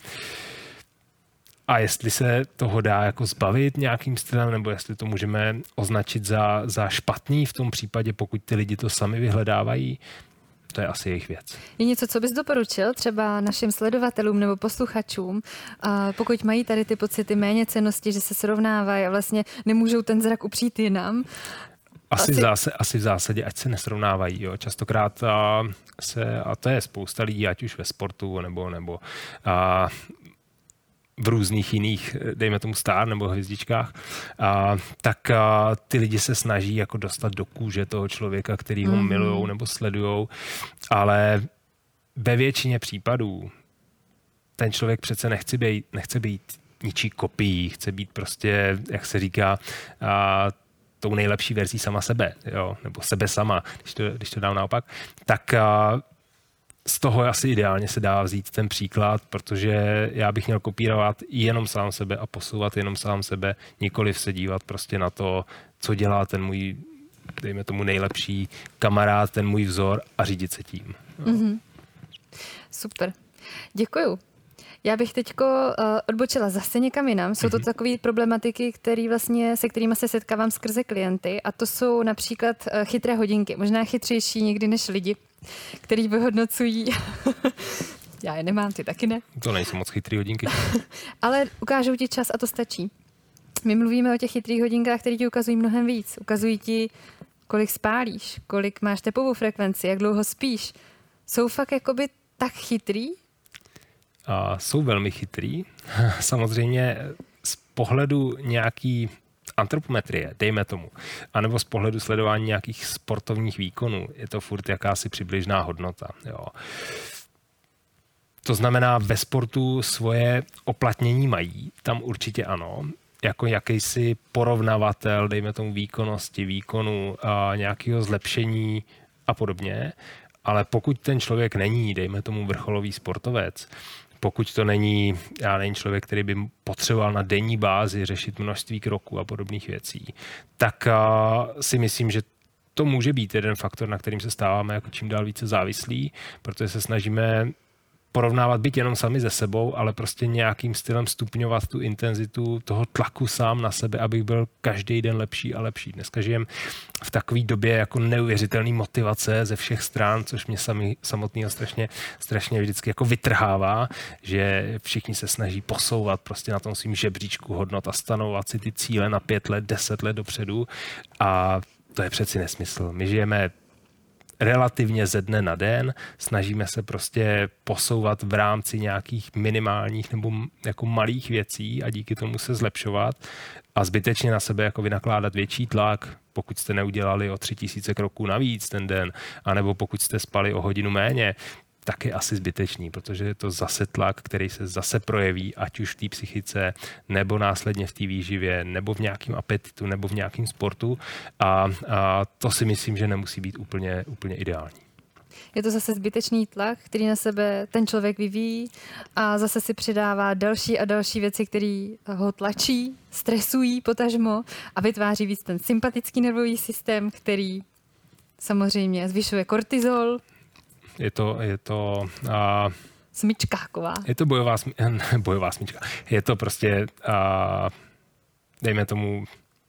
A jestli se toho dá jako zbavit nějakým stylem, nebo jestli to můžeme označit za, za špatný v tom případě, pokud ty lidi to sami vyhledávají, to je asi jejich věc. Je něco, co bys doporučil třeba našim sledovatelům nebo posluchačům, a pokud mají tady ty pocity méněcennosti, že se srovnávají a vlastně nemůžou ten zrak upřít jinam? Asi, asi... V, zásadě, asi v zásadě, ať se nesrovnávají. Jo. Častokrát a, se, a to je spousta lidí, ať už ve sportu nebo, nebo a, v různých jiných, dejme tomu star nebo hvězdičkách, a, tak a, ty lidi se snaží jako dostat do kůže toho člověka, který ho mm-hmm. milujou nebo sledujou, ale ve většině případů ten člověk přece nechce být, nechce být ničí kopií, chce být prostě, jak se říká, a, tou nejlepší verzí sama sebe, jo, nebo sebe sama, když to, když to dám naopak, tak a, z toho asi ideálně se dá vzít ten příklad, protože já bych měl kopírovat jenom sám sebe a posouvat jenom sám sebe, nikoliv se dívat prostě na to, co dělá ten můj, dejme tomu nejlepší kamarád, ten můj vzor a řídit se tím. Mm-hmm. Super. Děkuju. Já bych teďko uh, odbočila zase někam jinam. Jsou to mm-hmm. takové problematiky, který vlastně, se kterými se setkávám skrze klienty a to jsou například uh, chytré hodinky. Možná chytřejší někdy než lidi, který vyhodnocují. Já je nemám, ty taky ne. To nejsou moc chytrý hodinky. Ale ukážou ti čas a to stačí. My mluvíme o těch chytrých hodinkách, které ti ukazují mnohem víc. Ukazují ti, kolik spálíš, kolik máš tepovou frekvenci, jak dlouho spíš. Jsou fakt jakoby tak chytrý? A jsou velmi chytrý. Samozřejmě z pohledu nějaký antropometrie, dejme tomu, anebo z pohledu sledování nějakých sportovních výkonů, je to furt jakási přibližná hodnota. Jo. To znamená, ve sportu svoje oplatnění mají, tam určitě ano, jako jakýsi porovnavatel, dejme tomu výkonnosti, výkonu, a nějakého zlepšení a podobně, ale pokud ten člověk není, dejme tomu vrcholový sportovec, pokud to není, já nevím, člověk, který by potřeboval na denní bázi řešit množství kroků a podobných věcí, tak uh, si myslím, že to může být jeden faktor, na kterým se stáváme jako čím dál více závislí, protože se snažíme porovnávat byť jenom sami ze sebou, ale prostě nějakým stylem stupňovat tu intenzitu toho tlaku sám na sebe, abych byl každý den lepší a lepší. Dneska žijem v takové době jako neuvěřitelný motivace ze všech stran, což mě sami, samotného strašně, strašně vždycky jako vytrhává, že všichni se snaží posouvat prostě na tom svým žebříčku hodnot a stanovat si ty cíle na pět let, deset let dopředu a to je přeci nesmysl. My žijeme relativně ze dne na den, snažíme se prostě posouvat v rámci nějakých minimálních nebo jako malých věcí a díky tomu se zlepšovat a zbytečně na sebe jako vynakládat větší tlak, pokud jste neudělali o tři tisíce kroků navíc ten den, anebo pokud jste spali o hodinu méně, tak je asi zbytečný, protože je to zase tlak, který se zase projeví, ať už v té psychice, nebo následně v té výživě, nebo v nějakém apetitu, nebo v nějakém sportu. A, a to si myslím, že nemusí být úplně, úplně ideální. Je to zase zbytečný tlak, který na sebe ten člověk vyvíjí a zase si přidává další a další věci, které ho tlačí, stresují potažmo a vytváří víc ten sympatický nervový systém, který samozřejmě zvyšuje kortizol. Je to, je to a, smyčkáková. Je to bojová, bojová smyčka. Je to prostě, a, dejme tomu,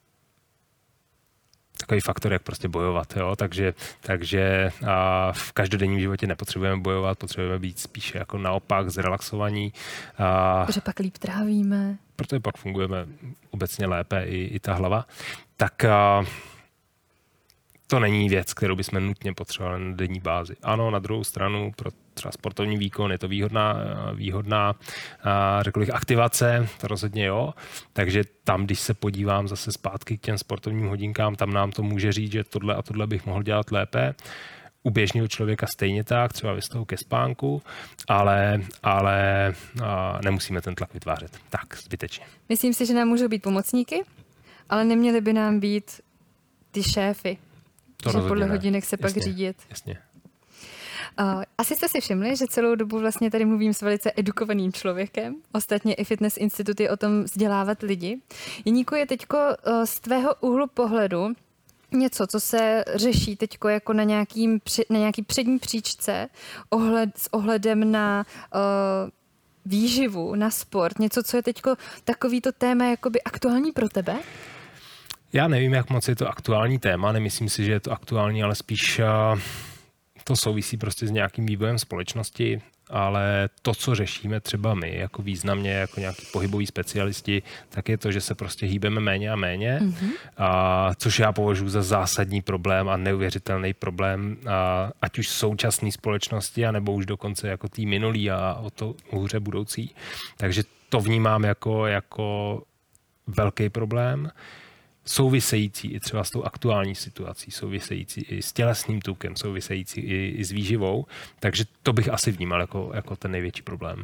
takový faktor, jak prostě bojovat. Jo? Takže, takže a v každodenním životě nepotřebujeme bojovat, potřebujeme být spíše jako naopak zrelaxovaní. A, protože pak líp trávíme. Protože pak fungujeme obecně lépe i, i ta hlava. Tak a, to není věc, kterou bychom nutně potřebovali na denní bázi. Ano, na druhou stranu pro třeba sportovní výkon je to výhodná, výhodná řekl bych, aktivace, to rozhodně jo. Takže tam, když se podívám zase zpátky k těm sportovním hodinkám, tam nám to může říct, že tohle a tohle bych mohl dělat lépe. U běžného člověka stejně tak, třeba ve vztahu ke spánku, ale, ale nemusíme ten tlak vytvářet. Tak, zbytečně. Myslím si, že nám můžou být pomocníky, ale neměly by nám být ty šéfy. To že podle ne. hodinek se jasně, pak řídit. Jasně. Uh, asi jste si všimli, že celou dobu vlastně tady mluvím s velice edukovaným člověkem. Ostatně i Fitness Institute je o tom vzdělávat lidi. Jeníku, je teďko uh, z tvého úhlu pohledu něco, co se řeší teďko jako na, nějakým, na nějaký přední příčce ohled, s ohledem na uh, výživu, na sport, něco, co je teďko takovýto téma jakoby aktuální pro tebe? Já nevím, jak moc je to aktuální téma, nemyslím si, že je to aktuální, ale spíš uh, to souvisí prostě s nějakým vývojem společnosti, ale to, co řešíme třeba my, jako významně, jako nějaký pohybový specialisti, tak je to, že se prostě hýbeme méně a méně, mm-hmm. a, což já považuji za zásadní problém a neuvěřitelný problém, a, ať už současné společnosti, anebo už dokonce jako tý minulý a o to hůře budoucí. Takže to vnímám jako, jako velký problém, související i třeba s tou aktuální situací, související i s tělesným tukem, související i, i s výživou. Takže to bych asi vnímal jako, jako ten největší problém.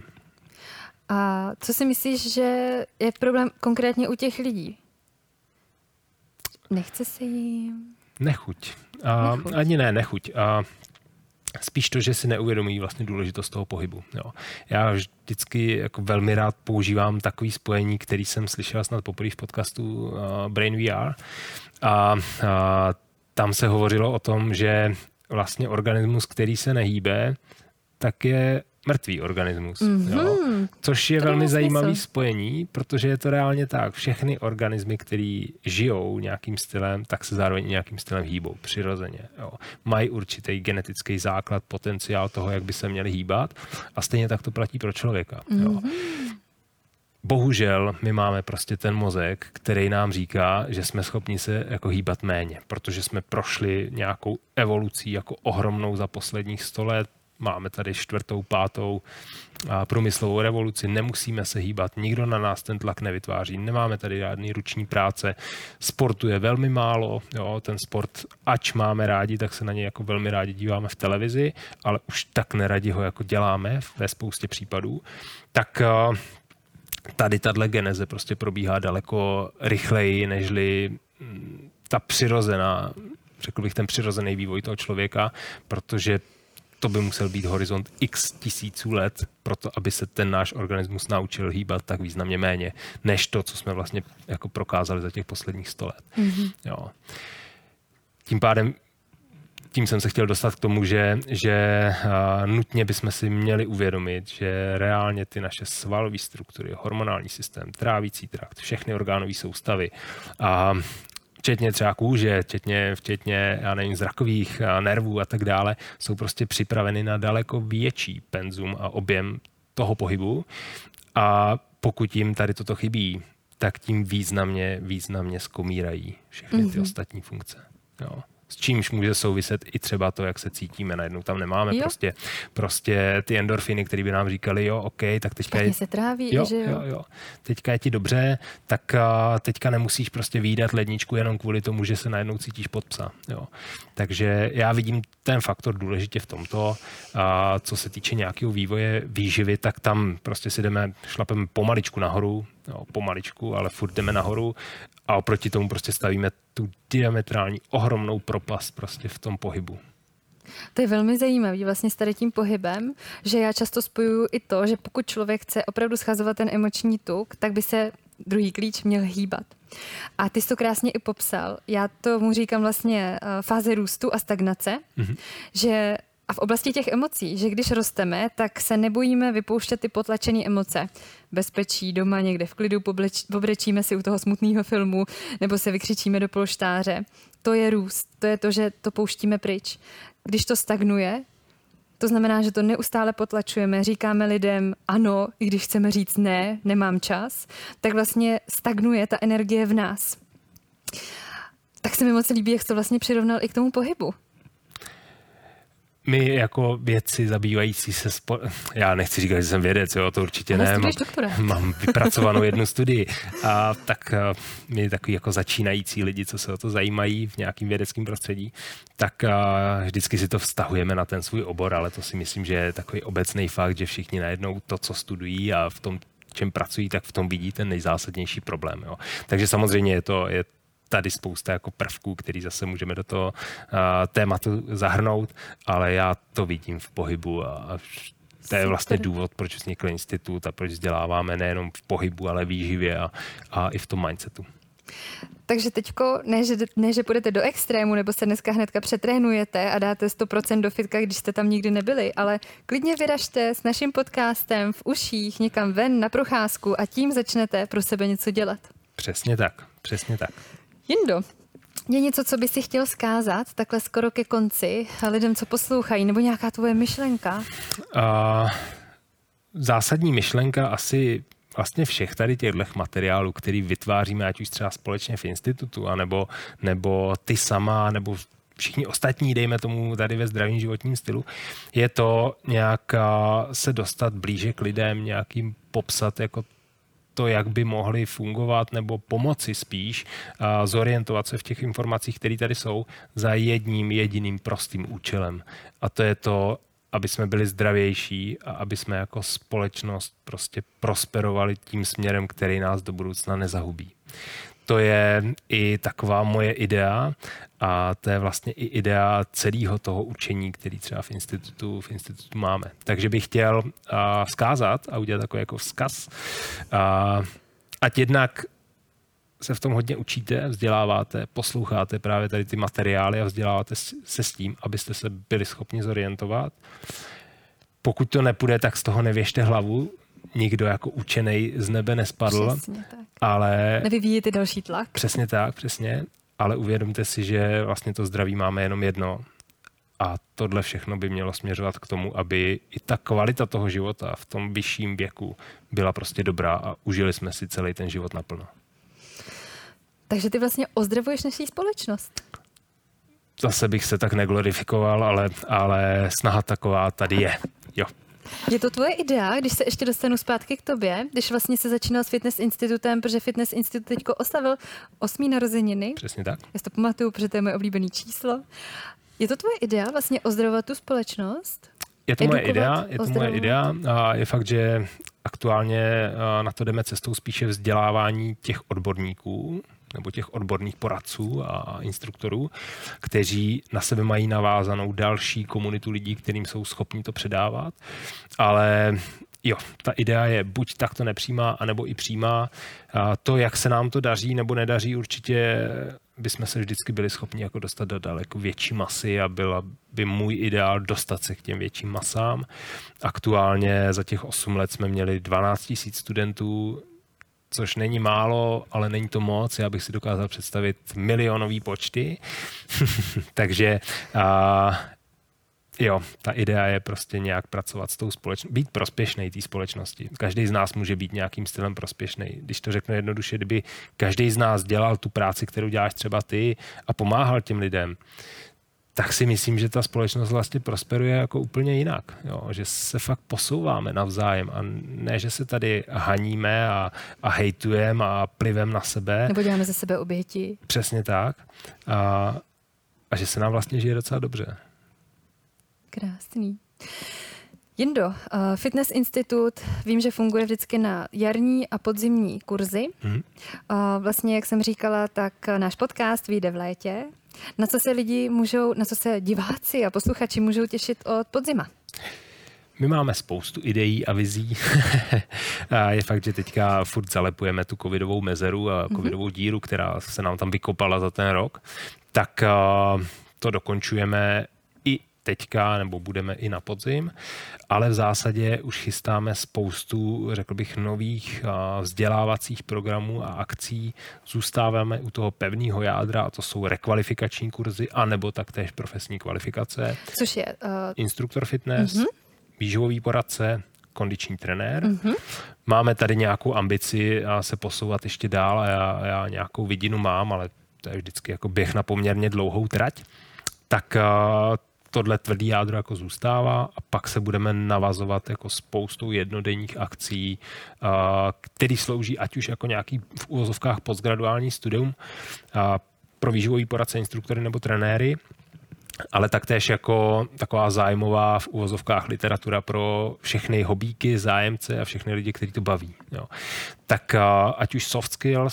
A co si myslíš, že je problém konkrétně u těch lidí? Nechce se jim? Nechuť. A, nechuť. Ani ne, nechuť. A spíš to, že si neuvědomují vlastně důležitost toho pohybu. Jo. Já vždycky jako velmi rád používám takový spojení, který jsem slyšel snad poprvé v podcastu uh, Brain V R. A, a tam se hovořilo o tom, že vlastně organismus, který se nehýbe, tak je mrtvý organismus. Mm-hmm. Jo. Což je to velmi zajímavý smysl. Spojení, protože je to reálně tak. Všechny organismy, které žijou nějakým stylem, tak se zároveň nějakým stylem hýbou přirozeně. Jo. Mají určitý genetický základ, potenciál toho, jak by se měli hýbat, a stejně tak to platí pro člověka. Mm-hmm. Jo. Bohužel my máme prostě ten mozek, který nám říká, že jsme schopni se jako hýbat méně, protože jsme prošli nějakou evolucí jako ohromnou za posledních sto let. Máme tady čtvrtou, pátou a průmyslovou revoluci, nemusíme se hýbat, nikdo na nás ten tlak nevytváří, nemáme tady žádný ruční práce, sportu je velmi málo, jo, ten sport, ač máme rádi, tak se na něj jako velmi rádi díváme v televizi, ale už tak neradi ho jako děláme ve spoustě případů, tak tady tato geneze prostě probíhá daleko rychleji, nežli ta přirozená, řekl bych ten přirozený vývoj toho člověka, protože to by musel být horizont x tisíců let pro to, aby se ten náš organismus naučil hýbat tak významně méně, než to, co jsme vlastně jako prokázali za těch posledních sto let. Mm-hmm. Jo. Tím pádem, tím jsem se chtěl dostat k tomu, že, že uh, nutně bychom si měli uvědomit, že reálně ty naše svalové struktury, hormonální systém, trávící trakt, všechny orgánové soustavy a uh, včetně třeba kůže, včetně, včetně já nevím, zrakových nervů a tak dále, jsou prostě připraveny na daleko větší penzum a objem toho pohybu. A pokud jim tady toto chybí, tak tím významně, významně skomírají všechny ty mm-hmm. ostatní funkce. Jo. S čímž může souviset i třeba to, jak se cítíme. Najednou tam nemáme prostě, prostě ty endorfiny, které by nám říkali, jo, OK, tak teďka je, se tráví, jo, že jo? Jo, jo. Teďka je ti dobře, tak uh, teďka nemusíš prostě výdat ledničku jenom kvůli tomu, že se najednou cítíš pod psa. Jo. Takže já vidím ten faktor důležitě v tomto, uh, co se týče nějakého vývoje výživy, tak tam prostě si jdeme, šlapeme pomaličku nahoru, jo, pomaličku, ale furt jdeme nahoru a oproti tomu prostě stavíme tu diametrální ohromnou propast prostě v tom pohybu. To je velmi zajímavý vlastně s tady tím pohybem, že já často spojuju i to, že pokud člověk chce opravdu schazovat ten emoční tuk, tak by se druhý klíč měl hýbat. A ty jsi to krásně i popsal. Já tomu říkám vlastně fáze růstu a stagnace, mm-hmm. že a v oblasti těch emocí, že když rosteme, tak se nebojíme vypouštět ty potlačené emoce. Bezpečí, doma, někde v klidu, pobrečíme si u toho smutného filmu nebo se vykřičíme do polštáře. To je růst, to je to, že to pouštíme pryč. Když to stagnuje, to znamená, že to neustále potlačujeme, říkáme lidem ano, i když chceme říct ne, nemám čas, tak vlastně stagnuje ta energie v nás. Tak se mi moc líbí, jak jsi to vlastně přirovnal i k tomu pohybu. My jako vědci zabývající se sport... Já nechci říkat, že jsem vědec, jo, to určitě ale ne. Mám, mám vypracovanou jednu studii. A tak my takový jako začínající lidi, co se o to zajímají v nějakým vědeckém prostředí, tak vždycky si to vztahujeme na ten svůj obor, ale to si myslím, že je takový obecný fakt, že všichni najednou to, co studují a v tom, čem pracují, tak v tom vidí ten nejzásadnější problém. Jo. Takže samozřejmě je to, je tady spousta jako prvků, který zase můžeme do toho uh, tématu zahrnout, ale já to vidím v pohybu a, a to je vlastně důvod, proč vznikl institut a proč vzděláváme nejenom v pohybu, ale výživě a, a i v tom mindsetu. Takže teďko, ne že, ne, že půjdete do extrému, nebo se dneska hnedka přetrénujete a dáte sto procent do fitka, když jste tam nikdy nebyli, ale klidně vyražte s naším podcastem v uších někam ven na procházku a tím začnete pro sebe něco dělat. Přesně tak, přesně tak. Jindo, je něco, co by si chtěl vzkázat takhle skoro ke konci lidem, co poslouchají, nebo nějaká tvoje myšlenka? Uh, zásadní myšlenka asi vlastně všech tady těchto materiálů, který vytváříme, ať už třeba společně v institutu, anebo, nebo ty sama, nebo všichni ostatní, dejme tomu tady ve zdravým životním stylu, je to nějak se dostat blíže k lidem, nějakým popsat jako to, jak by mohly fungovat, nebo pomoci spíš a zorientovat se v těch informacích, které tady jsou, za jedním jediným prostým účelem. A to je to, aby jsme byli zdravější a aby jsme jako společnost prostě prosperovali tím směrem, který nás do budoucna nezahubí. To je i taková moje idea a to je vlastně i idea celého toho učení, který třeba v institutu, v institutu máme. Takže bych chtěl uh, vzkázat a udělat takový jako vzkaz. Uh, ať jednak se v tom hodně učíte, vzděláváte, posloucháte právě tady ty materiály a vzděláváte se s tím, abyste se byli schopni zorientovat. Pokud to nepůjde, tak z toho nevěžte hlavu. Nikdo jako učenej z nebe nespadl. Přesně tak. Ale nevyvíjíte další tlak. Přesně tak, přesně. Ale uvědomte si, že vlastně to zdraví máme jenom jedno. A tohle všechno by mělo směřovat k tomu, aby i ta kvalita toho života v tom vyšším věku byla prostě dobrá a užili jsme si celý ten život naplno. Takže ty vlastně ozdravuješ naší společnost. Zase bych se tak neglorifikoval, ale, ale snaha taková tady je. Jo. Je to tvoje idea, když se ještě dostanu zpátky k tobě, když vlastně se začínal s Fitness institutem, protože Fitness institut teďko oslavil osmý narozeniny. Přesně tak. Já si to pamatuju, protože to je moje oblíbené číslo. Je to tvoje idea vlastně ozdravovat tu společnost? Je to moje idea, je to moje idea a je fakt, že aktuálně na to jdeme cestou spíše vzdělávání těch odborníků, nebo těch odborných poradců a instruktorů, kteří na sebe mají navázanou další komunitu lidí, kterým jsou schopni to předávat. Ale jo, ta idea je buď takto nepřímá, anebo i přímá. A to, jak se nám to daří nebo nedaří, určitě bychom se vždycky byli schopni jako dostat do daleko větší masy a byla by můj ideál dostat se k těm větším masám. Aktuálně za těch osm let jsme měli dvanáct tisíc studentů, což není málo, ale není to moc. Já bych si dokázal představit milionový počty. Takže a, jo, ta idea je prostě nějak pracovat s tou společností, být prospěšnej té společnosti. Každý z nás může být nějakým stylem prospěšnej. Když to řeknu jednoduše, kdyby každý z nás dělal tu práci, kterou děláš třeba ty a pomáhal těm lidem, tak si myslím, že ta společnost vlastně prosperuje jako úplně jinak. Jo? Že se fakt posouváme navzájem a ne, že se tady haníme a, a hejtujeme a plivem na sebe. Nebo děláme ze sebe oběti. Přesně tak. A, a že se nám vlastně žije docela dobře. Krásný. Jindo, uh, Fitness institut, vím, že funguje vždycky na jarní a podzimní kurzy. Mm-hmm. Uh, vlastně, jak jsem říkala, tak náš podcast vyjde v létě. Na co se lidi můžou, na co se diváci a posluchači můžou těšit od podzima? My máme spoustu ideí a vizí. A je fakt, že teďka furt zalepujeme tu covidovou mezeru a covidovou díru, která se nám tam vykopala za ten rok. Tak uh, to dokončujeme i teďka, nebo budeme i na podzim, ale v zásadě už chystáme spoustu, řekl bych, nových vzdělávacích programů a akcí. Zůstáváme u toho pevného jádra, a to jsou rekvalifikační kurzy, anebo taktéž profesní kvalifikace. Což je? Uh... Instruktor fitness, uh-huh. výživový poradce, kondiční trenér. Uh-huh. Máme tady nějakou ambici a se posouvat ještě dál a já, já nějakou vidinu mám, ale to je vždycky jako běh na poměrně dlouhou trať. Tak uh, tohle tvrdý jádro jako zůstává a pak se budeme navazovat jako spoustou jednodenních akcí, který slouží ať už jako nějaký v uvozovkách postgraduální studium pro výživový poradce, instruktory nebo trenéry, ale taktéž jako taková zájmová v uvozovkách literatura pro všechny hobíky, zájemce a všechny lidi, kteří to baví. Jo. Tak ať už soft skills,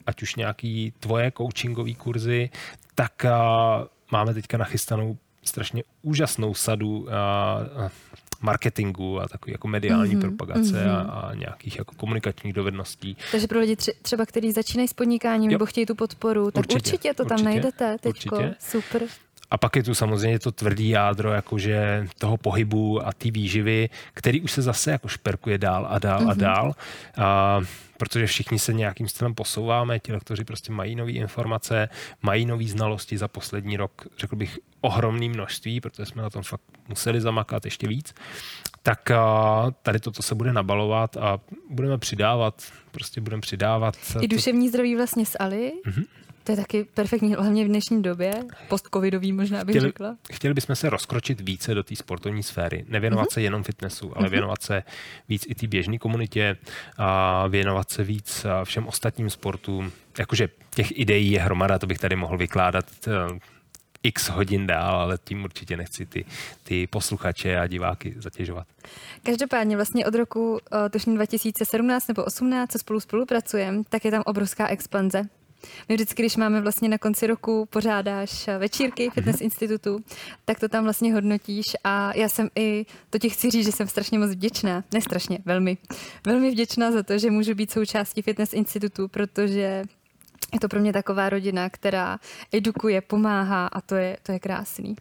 ať už nějaký tvoje coachingové kurzy, tak a, máme teďka nachystanou strašně úžasnou sadu a, a marketingu a takový jako mediální mm-hmm, propagace mm-hmm. A, a nějakých jako komunikačních dovedností. Takže pro lidi tři, třeba, kteří začínají s podnikáním jo. nebo chtějí tu podporu, tak určitě, určitě to určitě, tam najdete teďko. Určitě. Super. A pak je tu samozřejmě to tvrdý jádro jakože toho pohybu a té výživy, který už se zase jako šperkuje dál a dál mm-hmm. a dál. A, protože všichni se nějakým stylem posouváme, ti lektoři prostě mají nové informace, mají nové znalosti za poslední rok, řekl bych, ohromné množství, protože jsme na tom fakt museli zamakat ještě víc. Tak a, tady toto se bude nabalovat a budeme přidávat, prostě budeme přidávat. I duševní zdraví vlastně s Ali. Mm-hmm. To je taky perfektní, hlavně v dnešní době, post-covidový možná bych chtěli, řekla. Chtěli bychom se rozkročit více do té sportovní sféry. Nevěnovat mm-hmm. se jenom fitnessu, ale mm-hmm. věnovat se víc i té běžné komunitě a věnovat se víc všem ostatním sportům. Jakože těch ideí je hromada, to bych tady mohl vykládat uh, x hodin dál, ale tím určitě nechci ty, ty posluchače a diváky zatěžovat. Každopádně vlastně od roku uh, tuším dva tisíce sedmnáct nebo osmnáct, co spolu spolupracujeme, tak je tam obrovská expanze. My vždycky, když máme vlastně na konci roku, pořádáš večírky Fitness mm-hmm. institutu, tak to tam vlastně hodnotíš a já jsem i, to ti chci říct, že jsem strašně moc vděčná, ne strašně, velmi, velmi vděčná za to, že můžu být součástí Fitness institutu, protože je to pro mě taková rodina, která edukuje, pomáhá a to je, to je krásný.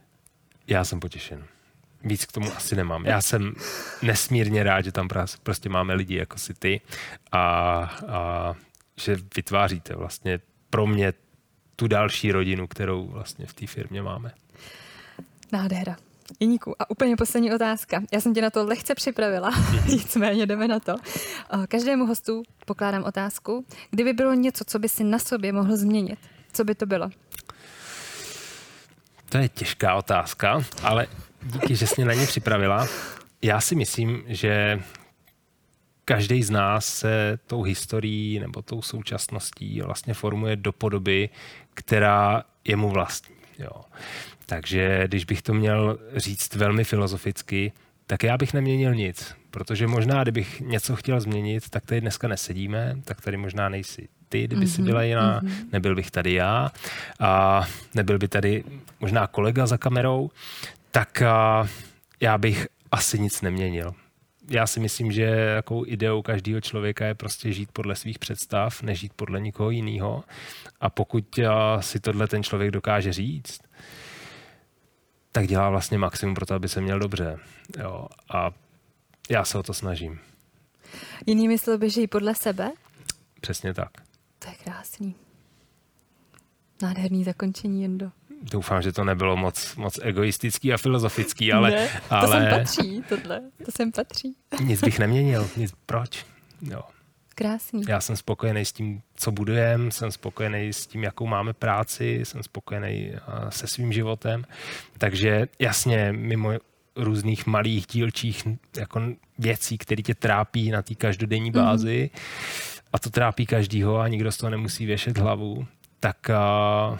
Já jsem potěšen. Víc k tomu asi nemám. Já jsem nesmírně rád, že tam prostě máme lidi jako si ty a, a že vytváříte vlastně pro mě tu další rodinu, kterou vlastně v té firmě máme. Nádhera. Jiníku, a úplně poslední otázka. Já jsem tě na to lehce připravila, nicméně jdeme na to. Každému hostu pokládám otázku. Kdyby bylo něco, co by si na sobě mohl změnit, co by to bylo? To je těžká otázka, ale díky, že jsi mě na ně připravila. Já si myslím, že každý z nás se tou historií nebo tou současností vlastně formuje do podoby, která je mu vlastní. Jo. Takže když bych to měl říct velmi filozoficky, tak já bych neměnil nic, protože možná, kdybych něco chtěl změnit, tak tady dneska nesedíme, tak tady možná nejsi ty, kdyby mm-hmm, si byla jiná, mm-hmm. nebyl bych tady já a nebyl by tady možná kolega za kamerou, tak já bych asi nic neměnil. Já si myslím, že jakou ideou každého člověka je prostě žít podle svých představ, nežít podle nikoho jiného. A pokud si tohle ten člověk dokáže říct, tak dělá vlastně maximum pro to, aby se měl dobře. Jo. A já se o to snažím. Jinými slovy, žij podle sebe? Přesně tak. To je krásný. Nádherný zakončení, Jendo. Doufám, že to nebylo moc, moc egoistický a filozofický, ale... Ne, to ale... sem patří, tohle. To sem patří. Nic bych neměnil. Nic. Proč? Jo. Krásný. Já jsem spokojený s tím, co budujeme, jsem spokojený s tím, jakou máme práci, jsem spokojený se svým životem. Takže jasně, mimo různých malých dílčích jako věcí, které tě trápí na té každodenní bázi, mm. a to trápí každýho a nikdo z toho nemusí věšet hlavu, tak a,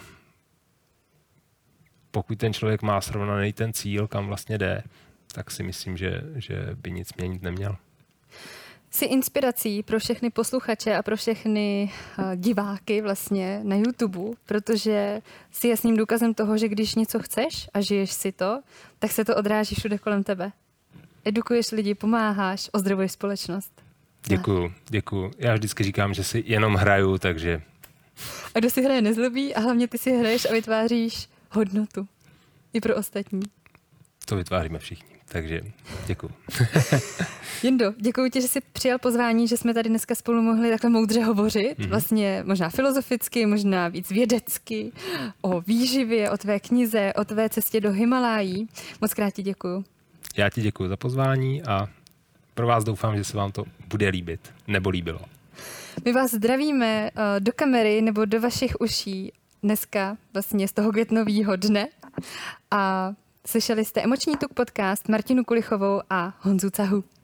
pokud ten člověk má srovnaný ten cíl, kam vlastně jde, tak si myslím, že, že by nic měnit neměl. Jsi inspirací pro všechny posluchače a pro všechny uh, diváky vlastně na YouTube, protože jsi jasným důkazem toho, že když něco chceš a žiješ si to, tak se to odráží všude kolem tebe. Edukuješ lidi, pomáháš, ozdravuješ společnost. Děkuju, děkuju. Já vždycky říkám, že si jenom hraju, takže... A kdo si hraje, nezlobí a hlavně ty si hraješ a vytváříš hodnotu i pro ostatní. To vytváříme všichni, takže děkuju. Jendo, děkuji ti, že jsi přijal pozvání, že jsme tady dneska spolu mohli takhle moudře hovořit, mm-hmm. vlastně možná filozoficky, možná víc vědecky, o výživě, o tvé knize, o tvé cestě do Himalájí. Moc krát ti děkuju. Já ti děkuju za pozvání a pro vás doufám, že se vám to bude líbit, nebo líbilo. My vás zdravíme do kamery nebo do vašich uší dneska vlastně z toho květnového dne a slyšeli jste Emoční tuk podcast Martinu Kulichovou a Honzu Cahu.